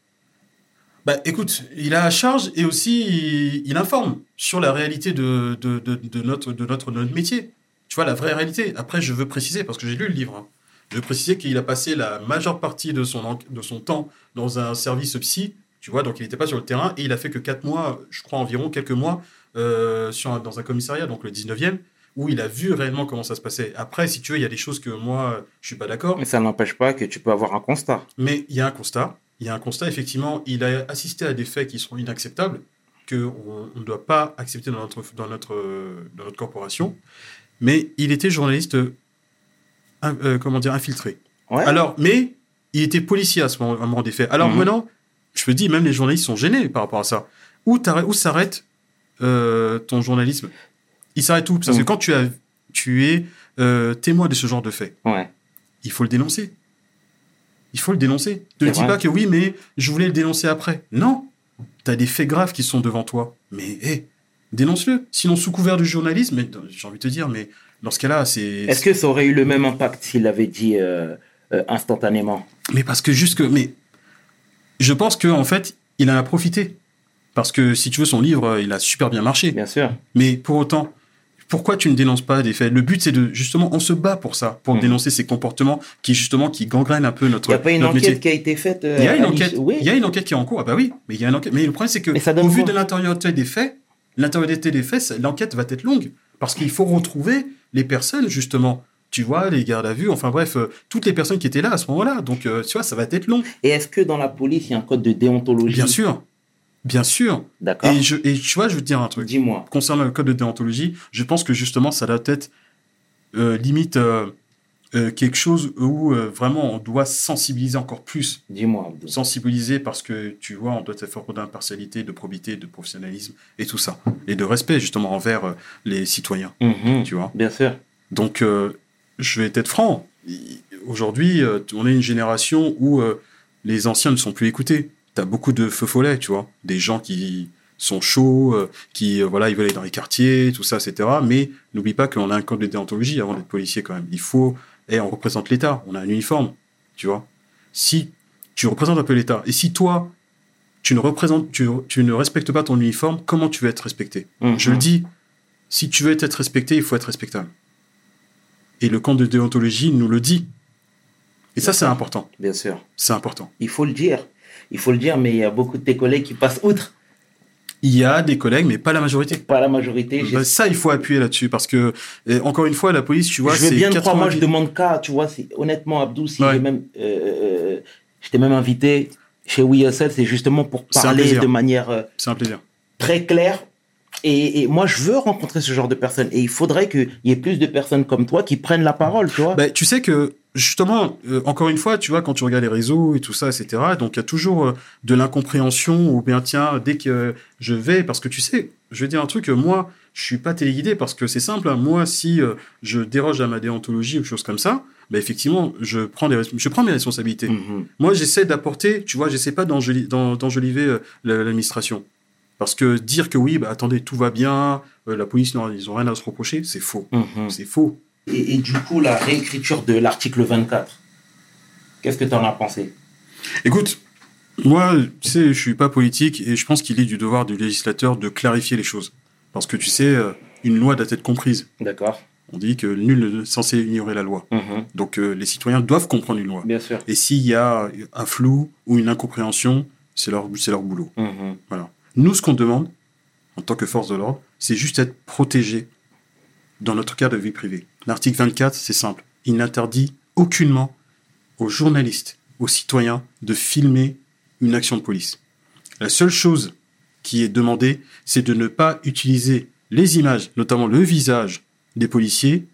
Bah, écoute, il a à charge et aussi il, il informe sur la réalité de, de, de, de notre, de, notre, de notre métier. Tu vois, la vraie réalité. Après, je veux préciser, parce que j'ai lu le livre, hein. Je veux préciser qu'il a passé la majeure partie de son, en- de son temps dans un service psy, tu vois, donc il n'était pas sur le terrain et il a fait que quatre mois, je crois environ quelques mois, euh, sur un- dans un commissariat, donc le dix-neuvième, où il a vu réellement comment ça se passait. Après, si tu veux, il y a des choses que moi, je suis pas d'accord. Mais ça n'empêche pas que tu peux avoir un constat. Mais il y a un constat. Il y a un constat, effectivement. Il a assisté à des faits qui sont inacceptables, qu'on ne doit pas accepter dans notre, dans, notre, euh, dans notre corporation. Mais il était journaliste, euh, euh, comment dire, infiltré. Ouais. Alors, mais il était policier à ce moment, à un moment des faits. Alors Mhm. maintenant, je me dis, même les journalistes sont gênés par rapport à ça. Où, t'arrêtes- où s'arrête euh, ton journalisme? Il s'arrête où? Parce Mhm. que quand tu, as, tu es euh, témoin de ce genre de faits, Ouais. il faut le dénoncer. Il faut le dénoncer. Ne C'est dis vrai. pas que oui, mais je voulais le dénoncer après. Non. Tu as des faits graves qui sont devant toi. Mais hé, dénonce-le. Sinon, sous couvert du journalisme, mais, j'ai envie de te dire, mais dans ce cas-là, c'est... Est-ce que ça aurait eu le même impact s'il l'avait dit euh, euh, instantanément? Mais parce que juste que... Mais je pense qu'en fait, il en a profité. Parce que, si tu veux, son livre, il a super bien marché. Bien sûr. Mais pour autant, pourquoi tu ne dénonces pas des faits? Le but, c'est de... Justement, on se bat pour ça, pour Mhm. dénoncer ces comportements qui, justement, qui gangrènent un peu Il notre, n'y a pas une notre enquête métier. qui a été faite euh, Il y a une à l'issue- enquête. Oui. Il y a une enquête qui est en cours. Ah bah oui, mais il y a une enquête. Mais le problème, c'est que Mais ça donne au vu quoi? de l'intériorité des faits, l'intériorité des faits, ça- l'enquête va être longue parce qu'il faut retrouver les personnes justement. Tu vois, les gardes à vue, enfin bref, euh, toutes les personnes qui étaient là à ce moment-là. Donc, euh, tu vois, ça va être long. Et est-ce que dans la police, il y a un code de déontologie? Bien sûr, bien sûr. D'accord. Et, je, et tu vois, je veux te dire un truc. Dis-moi. Concernant le code de déontologie, je pense que justement, ça doit être euh, limite euh, euh, quelque chose où euh, vraiment on doit sensibiliser encore plus. Dis-moi, Abdou. Sensibiliser parce que, tu vois, on doit être fort d'impartialité, de probité, de professionnalisme et tout ça. Et de respect, justement, envers euh, les citoyens, Mhm. tu vois. Bien sûr. Donc, euh, je vais être franc. I- Aujourd'hui, euh, on est une génération où euh, les anciens ne sont plus écoutés. Tu as beaucoup de feux follets, tu vois. Des gens qui sont chauds, euh, qui, euh, voilà, ils veulent aller dans les quartiers, tout ça, et cetera. Mais n'oublie pas qu'on a un code de déontologie avant d'être policier, quand même. Il faut... Et on représente l'État. On a un uniforme, tu vois. Si tu représentes un peu l'État, et si toi, tu ne, représentes, tu, tu ne respectes pas ton uniforme, comment tu veux être respecté? Mhm. Je le dis, si tu veux être respecté, il faut être respectable. Et le code de déontologie nous le dit. Et ça, c'est important. Bien sûr. C'est important. Il faut le dire. Il faut le dire, mais il y a beaucoup de tes collègues qui passent outre. Il y a des collègues, mais pas la majorité. Pas la majorité. j'ai- Bah, ça, il faut appuyer là-dessus, parce que, et encore une fois, la police, tu vois, je veux c'est bien te croire, moi je quatre-vingt-dix demande qu'à, tu vois, si, honnêtement Abdou, si Ouais. j'ai même, euh, euh, je t'ai même invité chez We Hustle, c'est justement pour C'est un parler plaisir. de manière euh, C'est un plaisir. très claire. Et, et moi je veux rencontrer ce genre de personnes. Et il faudrait qu'il y ait plus de personnes comme toi qui prennent la parole, tu vois. Bah, tu sais que, justement, euh, encore une fois, tu vois, quand tu regardes les réseaux et tout ça, et cetera, donc il y a toujours euh, de l'incompréhension, ou bien, tiens, dès que je vais, parce que tu sais, je vais dire un truc, euh, moi, je suis pas téléguidé, parce que c'est simple, hein, moi, si euh, je déroge à ma déontologie ou quelque chose comme ça, bah, effectivement, je prends, des, res- je prends mes responsabilités. Mhm. Moi, j'essaie d'apporter, tu vois, j'essaie pas d'enjoli- d'en- d'enjoliver euh, la- l'administration. Parce que dire que oui, bah, attendez, tout va bien, euh, la police, non, ils ont rien à se reprocher, c'est faux. Mhm. C'est faux. Et, et du coup, la réécriture de l'article vingt-quatre, qu'est-ce que tu en as pensé? Écoute, moi, tu sais, je suis pas politique et je pense qu'il est du devoir du législateur de clarifier les choses. Parce que tu sais, euh, une loi doit être comprise. D'accord. On dit que nul n'est censé ignorer la loi. Mhm. Donc euh, les citoyens doivent comprendre une loi. Bien sûr. Et s'il y a un flou ou une incompréhension, c'est leur, c'est leur boulot. Mhm. Voilà. Nous, ce qu'on demande, en tant que force de l'ordre, c'est juste être protégé dans notre cadre de vie privée. L'article vingt-quatre, c'est simple. Il n'interdit aucunement aux journalistes, aux citoyens, de filmer une action de police. La seule chose qui est demandée, c'est de ne pas utiliser les images, notamment le visage des policiers,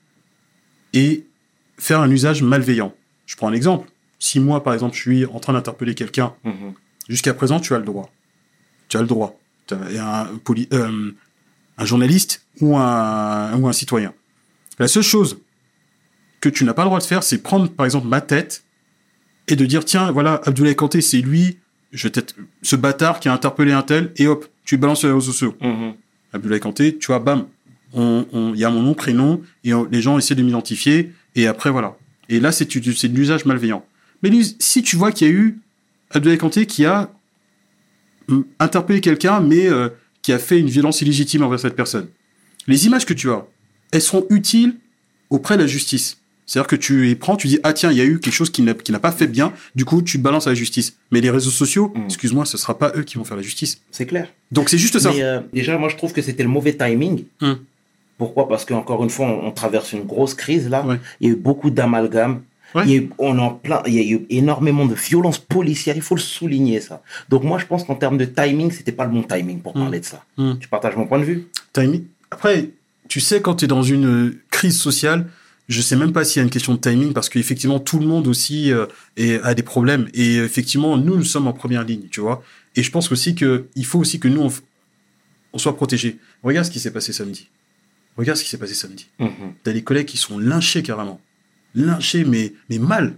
et faire un usage malveillant. Je prends un exemple. Si moi, par exemple, je suis en train d'interpeller quelqu'un, Mhm. jusqu'à présent, tu as le droit. Tu as le droit. Tu as un, poli- euh, un journaliste ou un, ou un citoyen. La seule chose que tu n'as pas le droit de faire, c'est prendre, par exemple, ma tête et de dire, tiens, voilà, Abdoulaye Kanté, c'est lui, je vais être ce bâtard qui a interpellé un tel, et hop, tu balances sur les réseaux sociaux. Mhm. Abdoulaye Kanté, tu vois, bam, on, on, y a mon nom, prénom, et on- les gens essaient de m'identifier, et après, voilà. Et là, c'est, tu- c'est de l'usage malveillant. Mais l'us- si tu vois qu'il y a eu Abdoulaye Kanté qui a hum, interpellé quelqu'un, mais euh, qui a fait une violence illégitime envers cette personne, les images que tu as, elles seront utiles auprès de la justice. C'est-à-dire que tu les prends, tu dis, ah tiens, il y a eu quelque chose qui n'a, qui n'a pas fait bien, du coup, tu balances à la justice. Mais les réseaux sociaux, Mm. excuse-moi, ce sera pas eux qui vont faire la justice. C'est clair. Donc c'est juste ça. Mais euh, déjà, moi, je trouve que c'était le mauvais timing. Mm. Pourquoi? Parce qu'encore une fois, on, on traverse une grosse crise là. Ouais. Il y a eu beaucoup d'amalgames. Ouais. Il y a eu, on est en plein, il y a eu énormément de violences policières. Il faut le souligner, ça. Donc, moi, je pense qu'en termes de timing, c'était pas le bon timing pour Mm. parler de ça. Mm. Tu partages mon point de vue? Timing. Après, tu sais, quand tu es dans une euh, crise sociale, je sais même pas s'il y a une question de timing, parce qu'effectivement, tout le monde aussi euh, est- a des problèmes. Et euh, effectivement, nous, nous sommes en première ligne, tu vois. Et je pense aussi qu'il faut aussi que nous, on, f- on soit protégés. Regarde ce qui s'est passé samedi. Regarde ce qui s'est passé samedi. Mhm. T'as des collègues qui sont lynchés carrément. Lynchés, mais, mais mal.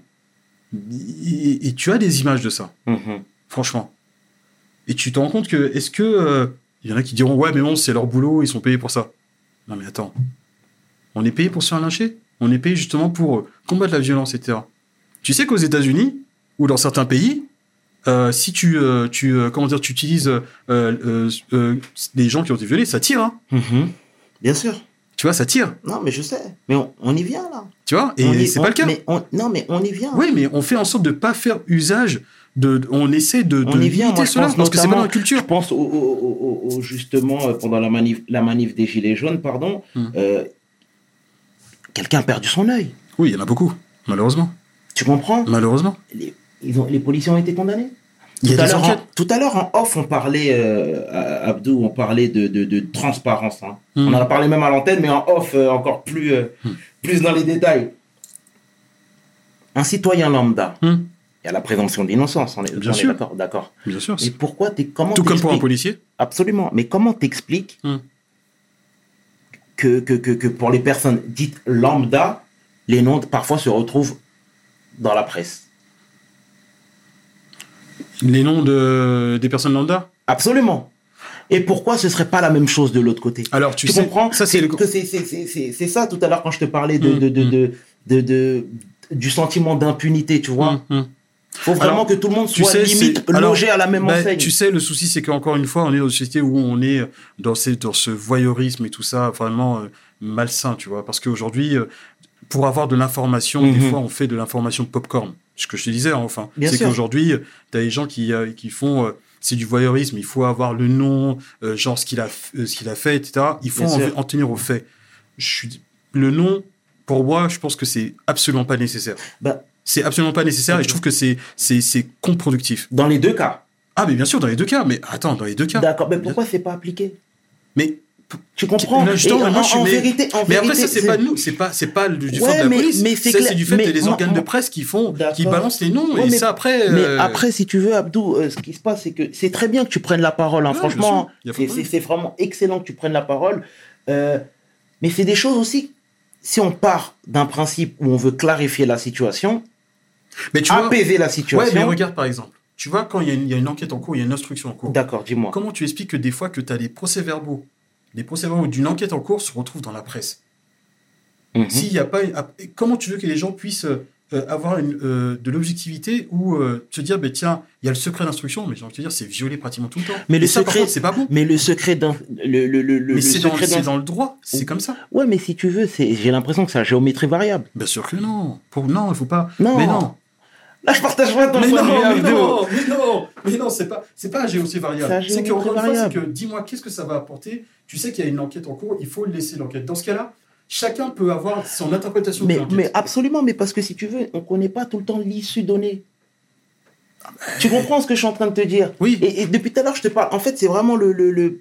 Et, et tu as des images de ça, Mhm. franchement. Et tu te rends compte que, est-ce que... euh, il y en a qui diront, ouais, mais bon, c'est leur boulot, ils sont payés pour ça. Non, mais attends. On est payé pour se faire lyncher. On est payé justement pour euh, combattre la violence, et cetera. Tu sais qu'aux États-Unis, ou dans certains pays, euh, si tu, euh, tu, euh, comment dire, tu utilises euh, euh, euh, les gens qui ont été violés, ça tire, hein. Mhm. Bien sûr. Tu vois, ça tire. Non, mais je sais. Mais on, on y vient là. Tu vois, On et y- c'est on- pas le cas. mais on- non, mais on y vient. Oui, mais on fait en sorte de pas faire usage de, de- on essaie de, de On y vient, limiter moi, je cela, pense parce que c'est pas dans la notamment- culture. Je pense au, au- au- au- au- justement euh, pendant la manif, la manif des Gilets jaunes, pardon, Hmm. euh, quelqu'un a perdu son œil. Oui, il y en a beaucoup, malheureusement. Tu comprends? Malheureusement. les, ils ont, les policiers ont été condamnés. Il y a Tout à des l'heure, enquêtes. en, tout à l'heure, en off, on parlait, euh, à- Abdou, on parlait de, de, de transparence. Hein. Hmm. On en a parlé même à l'antenne, mais en off, euh, encore plus, euh, Hmm. plus dans les détails. Un citoyen lambda, Hmm. il y a la présomption d'innocence, on est, Bien on est sûr. d'accord, d'accord. Bien sûr. Et c'est- pourquoi t'es, comment Tout comme pour un t'expliques- policier. Absolument. Mais comment t'expliques Hmm. que, que, que, que pour les personnes dites lambda, les noms parfois se retrouvent dans la presse? Les noms de, des personnes lambda. Absolument. Et pourquoi ce serait pas la même chose de l'autre côté? Alors, tu, Tu sais, comprends? ça, c'est le... que c'est, c'est, c'est, c'est, c'est ça tout à l'heure quand je te parlais de, Mm, de, de, mm. de, de, de- du sentiment d'impunité, tu vois. Hum, hum. Faut vraiment Alors, que tout le monde tu soit sais, limite c'est- alors, logé à la même Bah, enseigne. tu sais, le souci, c'est qu'encore une fois, on est dans une société où on est dans, ces, dans ce voyeurisme et tout ça, vraiment euh, malsain, tu vois. Parce qu'aujourd'hui, euh, pour avoir de l'information, des Mhm. fois, on fait de l'information popcorn. Ce que je te disais, hein, enfin. Bien C'est sûr. qu'aujourd'hui, tu as des gens qui, euh, qui font... euh, c'est du voyeurisme, il faut avoir le nom, euh, genre ce qu'il a, f- euh, ce qu'il a fait, et cetera. Il faut Bien en, sûr. en tenir au fait. Je suis... Le nom, pour moi, je pense que c'est absolument pas nécessaire. Bah, C'est absolument pas nécessaire et Ok. je trouve que c'est, c'est, c'est contre-productif. dans les deux cas. Ah, mais bien sûr, dans les deux cas. Mais attends, dans les deux cas. D'accord. Mais pourquoi c'est pas appliqué? Mais, Tu comprends? Là, justement, Et mais moi, en, je suis- en mais- vérité, en mais après, vérité, ça, c'est pas nous. C'est pas, c'est pas du, du Ouais, fait de la mais- police. mais c'est ça, clair. c'est du fait Mais des moi- organes de moi- presse qui font, qui D'accord. balancent les noms. Ouais, et mais- ça, après. Mais euh, après, si tu veux, Abdou, euh, ce qui se passe, c'est que c'est très bien que tu prennes la parole. Hein, Ouais, franchement, bien sûr. Y a pas de c'est, problème. c'est, c'est vraiment excellent que tu prennes la parole. Euh, mais c'est des choses aussi. Si on part d'un principe où on veut clarifier la situation, mais tu vois. apaiser la Ouais, situation. mais regarde, par exemple. Tu vois, quand il y, a une- il y a une enquête en cours, il y a une instruction en cours. D'accord, dis-moi. Comment tu expliques que des fois que tu as des procès-verbaux, des procès-verbaux d'une enquête en cours se retrouvent dans la presse? Mhm. S'il y a pas, une- comment tu veux que les gens puissent euh, avoir une, euh, de l'objectivité ou euh, se dire, ben tiens, il y a le secret d'instruction, mais j'ai envie de te dire, c'est violé pratiquement tout le temps. Mais Et le ça, par secret- contre, c'est pas bon. Mais le secret d'un. Le, le, le, le- Mais le c'est dans, secret c'est d'un- dans le droit, c'est comme ça. Ouais, mais si tu veux, c'est, j'ai l'impression que c'est la géométrie variable. Bien sûr que non. Pour, non, il faut pas. Non. Mais non. Là, je partage pas ton Mais point de non, vue, mais Abdou. non, mais non, mais non, c'est pas, c'est pas un géométrie C'est variable. un C'est que, géométrie encore une fois, c'est variable. que, dis-moi, qu'est-ce que ça va apporter? Tu sais qu'il y a une enquête en cours, il faut laisser l'enquête. Dans ce cas-là, chacun peut avoir son interprétation de Mais, l'enquête. mais absolument, mais parce que si tu veux, on connaît pas tout le temps l'issue donnée. Tu comprends ce que je suis en train de te dire? Oui. Et, et depuis tout à l'heure, je te parle. En fait, c'est vraiment le, le, le-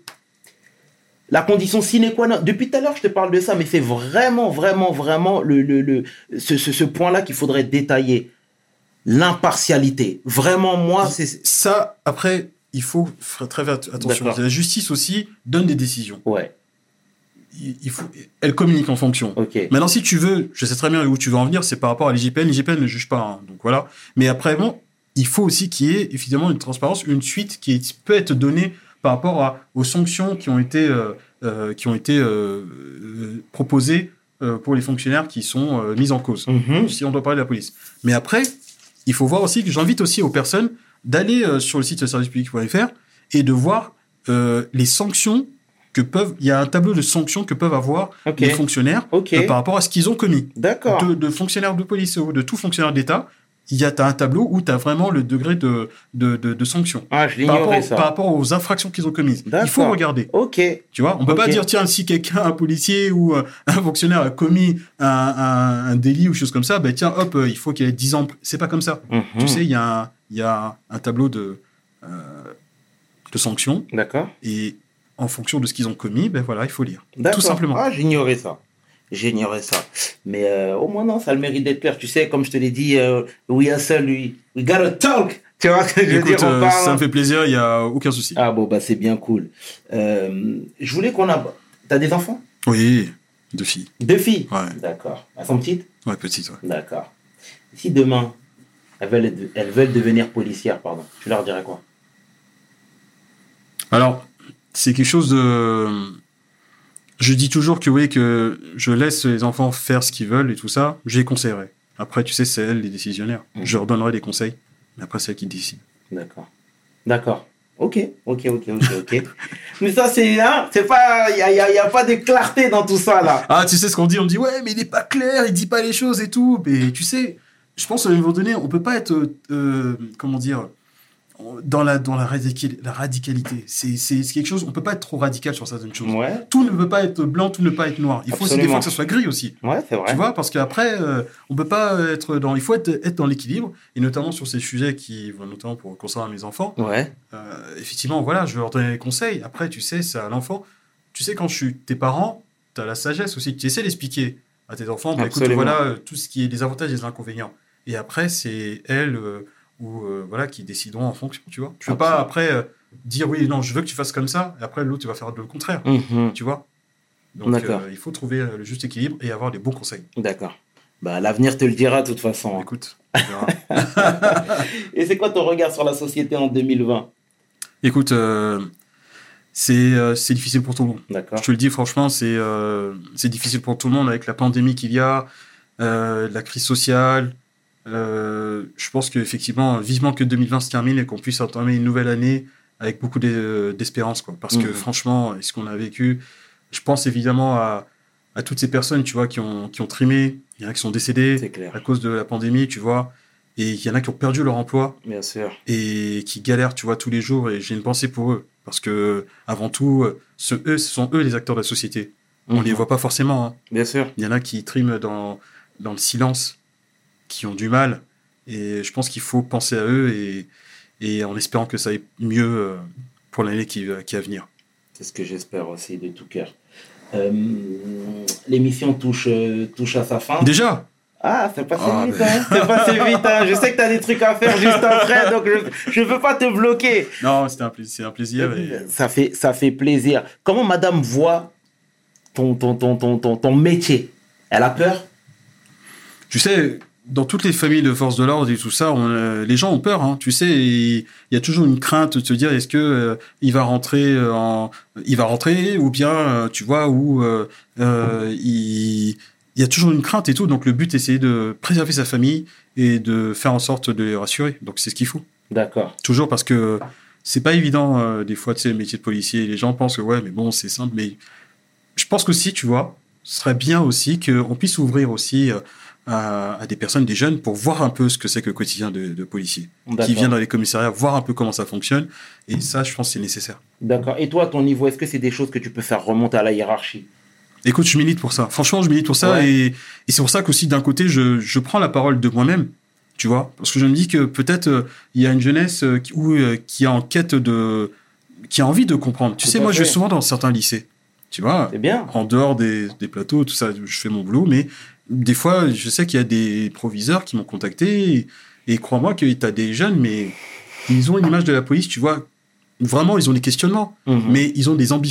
la condition sine qua non. Depuis tout à l'heure, je te parle de ça, mais c'est vraiment, vraiment, vraiment le, le, le, ce, ce, ce point-là qu'il faudrait détailler. L'impartialité. Vraiment, moi, c'est. Ça, après, il faut faire très attention. D'accord. La justice aussi donne des décisions. Ouais. il, il faut, elle communique en fonction. Ok. Maintenant, si tu veux, je sais très bien où tu veux en venir, c'est par rapport à l'I G P N. L'I G P N ne juge pas, hein, donc voilà. Mais après, bon, il faut aussi qu'il y ait évidemment une transparence, une suite qui est, peut être donnée par rapport à, aux sanctions qui ont été, euh, euh, qui ont été euh, euh, proposées euh, pour les fonctionnaires qui sont euh, mis en cause. Mhm. Si on doit parler de la police. Mais après, il faut voir aussi que j'invite aussi aux personnes d'aller euh, sur le site service public point f r et de voir euh, les sanctions que peuvent. Il y a un tableau de sanctions que peuvent avoir Ok. les fonctionnaires Ok. euh, par rapport à ce qu'ils ont commis. D'accord. De, de fonctionnaires de police ou de tout fonctionnaire d'État, il y a t'as un tableau où tu as vraiment le degré de, de, de, de sanctions. Ah, je Par l'ignorais rapport, ça. par rapport aux infractions qu'ils ont commises. D'accord. Il faut regarder. Ok. Tu vois, on peut Ok. pas dire, tiens, si quelqu'un, un policier ou euh, un fonctionnaire a commis un, un, un délit ou chose comme ça, ben tiens, hop, euh, il faut qu'il ait dix ans. C'est pas comme ça. Mhm. Tu sais, il y a un, il y a un tableau de, euh, de sanctions D'accord. et en fonction de ce qu'ils ont commis, ben voilà, il faut lire. D'accord. Tout simplement. Ah, j'ignorais ça. J'ignorais ça. Mais euh, au moins, non, ça a le mérite d'être clair. Tu sais, comme je te l'ai dit, euh, we hustle, we, we gotta talk. Tu vois ce que je veux Écoute, dire, on euh, parle. ça me fait plaisir, il y a aucun souci. Ah bon, bah c'est bien cool. Euh, je voulais qu'on a... T'as des enfants? Oui, deux filles. Deux filles? Ouais. D'accord. Elles sont petites? Ouais, petite, ouais. D'accord. Si demain, elles veulent, elles veulent devenir policières, pardon, tu leur dirais quoi? Alors, c'est quelque chose de... Je dis toujours que oui, que je laisse les enfants faire ce qu'ils veulent et tout ça, je les conseillerais. Après, tu sais, c'est elles les décisionnaires. Mhm. Je leur donnerai des conseils, mais après, c'est elles qui décident. D'accord. D'accord. Ok, ok, ok, ok, ok. Mais ça, c'est... Hein, c'est pas... Il n'y a, y a, y a pas de clarté dans tout ça, là. Ah, tu sais ce qu'on dit? On dit, ouais, mais il n'est pas clair, il dit pas les choses et tout. Mais tu sais, je pense qu'à un moment donné, on peut pas être, euh, comment dire, dans la, dans la, radical, la radicalité. C'est, c'est, c'est quelque chose, on peut pas être trop radical sur certaines choses. Ouais, Tout ne peut pas être blanc, tout ne peut pas être noir. Il faut aussi des Absolument. fois que ça soit gris aussi. ouais, c'est vrai. Tu vois, parce qu'après, euh, on peut pas être dans... Il faut être, être dans l'équilibre, et notamment sur ces sujets qui, notamment pour concernant mes enfants, Ouais, euh, effectivement, voilà, je vais leur donner des conseils. Après, tu sais, c'est à l'enfant. Tu sais, quand je suis tes parents, tu as la sagesse aussi. Tu essaies d'expliquer à tes enfants, bah, écoute, Absolument. voilà, euh, tout ce qui est des avantages et des inconvénients. Et après, c'est elles euh, ou euh, voilà, qui décideront en fonction, tu vois. Tu veux pas, après, euh, dire, oui, non, je veux que tu fasses comme ça, et après, l'autre, tu vas faire le contraire, Mhm. tu vois. Donc, D'accord. euh, il faut trouver euh, le juste équilibre et avoir des bons conseils. D'accord. Bah, l'avenir te le dira, de toute façon. Écoute, on verra. Et c'est quoi ton regard sur la société en deux mille vingt? Écoute, euh, c'est euh, c'est difficile pour tout le monde. D'accord. Je te le dis franchement, c'est euh, c'est difficile pour tout le monde avec la pandémie qu'il y a, euh, la crise sociale. Euh, je pense qu'effectivement, vivement que deux mille vingt se termine et qu'on puisse entamer une nouvelle année avec beaucoup d'e- d'espérance, quoi. Parce que Mhm. franchement, ce qu'on a vécu, je pense évidemment à, à toutes ces personnes, tu vois, qui ont, qui ont trimé. Il y en a qui sont décédés C'est clair. à cause de la pandémie, tu vois. Et il y en a qui ont perdu leur emploi Bien sûr. et qui galèrent, tu vois, tous les jours. Et j'ai une pensée pour eux. Parce que, avant tout, ce, eux, ce sont eux les acteurs de la société. On Mhm. les voit pas forcément, hein. Bien sûr. Il y en a qui triment dans, dans le silence, qui ont du mal. Et je pense qu'il faut penser à eux et, et en espérant que ça aille mieux euh, pour l'année qui, qui est à venir. C'est ce que j'espère aussi de tout cœur. Euh, L'émission touche, euh, touche à sa fin. Déjà, Ah, c'est passé Ah, vite, mais- hein. C'est passé vite, hein. Je sais que tu as des trucs à faire juste après, donc je ne veux pas te bloquer. non, c'était un, pla- c'est un plaisir. Et... Ça fait, ça fait plaisir. Comment madame voit ton, ton, ton, ton, ton, ton métier? Elle a peur? Tu sais, dans toutes les familles de forces de l'ordre et tout ça, on, euh, les gens ont peur. Hein, tu sais, il y a toujours une crainte de se dire est-ce que euh, il va rentrer euh, en, il va rentrer ou bien euh, tu vois où euh, euh, il, il y a toujours une crainte et tout. Donc le but, c'est essayer de préserver sa famille et de faire en sorte de les rassurer. Donc c'est ce qu'il faut. D'accord. Toujours parce que c'est pas évident euh, des fois, tu sais, le métier de policier. Les gens pensent que ouais, mais bon, c'est simple. Mais je pense qu'aussi, tu vois, ce serait bien aussi qu'on puisse ouvrir aussi euh, à, à des personnes, des jeunes, pour voir un peu ce que c'est que le quotidien de, de policiers. D'accord. Qui viennent dans les commissariats, voir un peu comment ça fonctionne. Et ça, je pense que c'est nécessaire. D'accord. Et toi, à ton niveau, est-ce que c'est des choses que tu peux faire remonter à la hiérarchie? Écoute, je milite pour ça. Franchement, je milite pour ça. Ouais. Et, et c'est pour ça qu'aussi, d'un côté, je, je prends la parole de moi-même. Tu vois, parce que je me dis que peut-être euh, il y a une jeunesse euh, qui, où, euh, qui est en quête de, qui a envie de comprendre. Tu Tout sais, à moi, je fait. vais souvent dans certains lycées. Tu vois, C'est bien. en dehors des, des plateaux, tout ça, je fais mon boulot, mais des fois, je sais qu'il y a des proviseurs qui m'ont contacté, et, et crois-moi que tu as des jeunes, mais ils ont une image de la police, tu vois, vraiment, ils ont des questionnements, Mhm. mais ils ont des ambitions.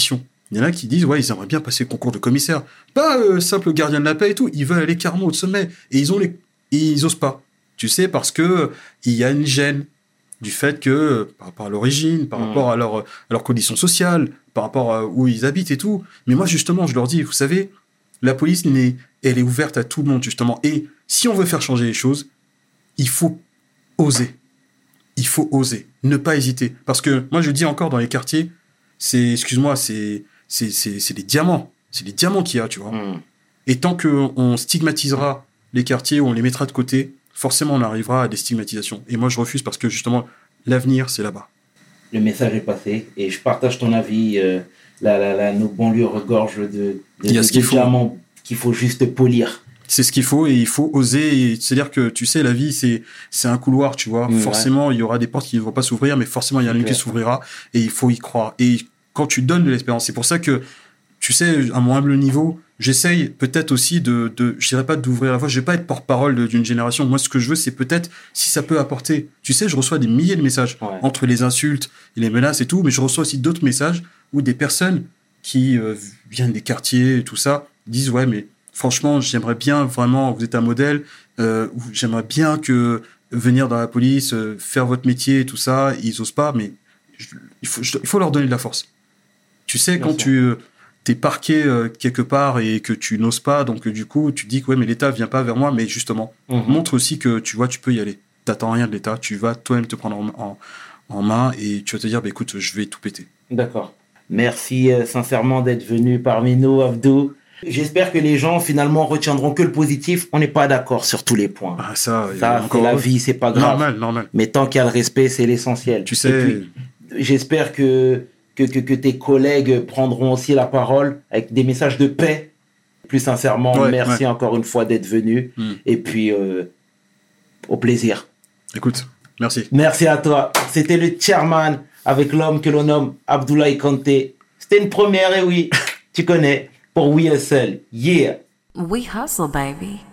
Il y en a qui disent, ouais, ils aimeraient bien passer le concours de commissaire. Pas euh, simple gardien de la paix et tout. Ils veulent aller carrément au sommet. Et ils ont les, et ils osent pas. Tu sais, parce que il y a une gêne du fait que, par rapport à l'origine, par mmh. rapport à leur, à leur condition sociale, par rapport à où ils habitent et tout. Mais moi, justement, je leur dis, vous savez, la police, elle est ouverte à tout le monde, justement. Et si on veut faire changer les choses, il faut oser. Il faut oser. Ne pas hésiter. Parce que moi, je dis encore dans les quartiers, c'est, excuse-moi, c'est, c'est, c'est, c'est des diamants. C'est des diamants qu'il y a, tu vois. Mmh. Et tant qu'on stigmatisera les quartiers, on les mettra de côté, forcément, on arrivera à des stigmatisations. Et moi, je refuse parce que, justement, l'avenir, c'est là-bas. Le message est passé et je partage ton avis. Euh, la, la, la, nos banlieues regorgent de, de, il y a de, ce qu'il de faut. diamants qu'il faut juste polir. C'est ce qu'il faut et il faut oser. C'est-à-dire que, tu sais, la vie, c'est, c'est un couloir, tu vois. Mmh, forcément, ouais. Il y aura des portes qui ne vont pas s'ouvrir, mais forcément, il y en a une qui s'ouvrira et il faut y croire. Et quand tu donnes de l'espérance, c'est pour ça que, tu sais, à mon humble niveau, j'essaye peut-être aussi de, de je dirais pas d'ouvrir la voie, je vais pas être porte-parole de, d'une génération. Moi, ce que je veux, c'est peut-être si ça peut apporter. Tu sais, je reçois des milliers de messages ouais. entre les insultes et les menaces et tout, mais je reçois aussi d'autres messages où des personnes qui euh, viennent des quartiers et tout ça disent ouais, mais franchement, j'aimerais bien vraiment, vous êtes un modèle, euh, j'aimerais bien que venir dans la police, euh, faire votre métier et tout ça, ils osent pas, mais je, il faut, je, il faut leur donner de la force. Tu sais, bien quand sûr. tu euh, t'es parqué euh, quelque part et que tu n'oses pas, donc euh, du coup, tu te dis que ouais, mais l'État vient pas vers moi, mais justement, mm-hmm. montre aussi que tu vois, tu peux y aller. T'attends rien de l'État, tu vas toi-même te prendre en, en, en main et tu vas te dire, bah, écoute, je vais tout péter. D'accord. Merci euh, sincèrement d'être venu parmi nous, Abdou. J'espère que les gens finalement retiendront que le positif. On n'est pas d'accord sur tous les points. Ah, ça, ça c'est la vie, c'est pas grave. Normal, normal. Mais tant qu'il y a le respect, c'est l'essentiel. Tu sais. Et puis, j'espère que Que, que, que tes collègues prendront aussi la parole avec des messages de paix. Plus sincèrement, ouais, merci ouais. encore une fois d'être venu. Mm. Et puis, euh, au plaisir. Écoute, merci. Merci à toi. C'était le chairman avec l'homme que l'on nomme Abdoulaye Kanté. C'était une première, et oui, tu connais, pour We Hustle. Yeah. We hustle, baby.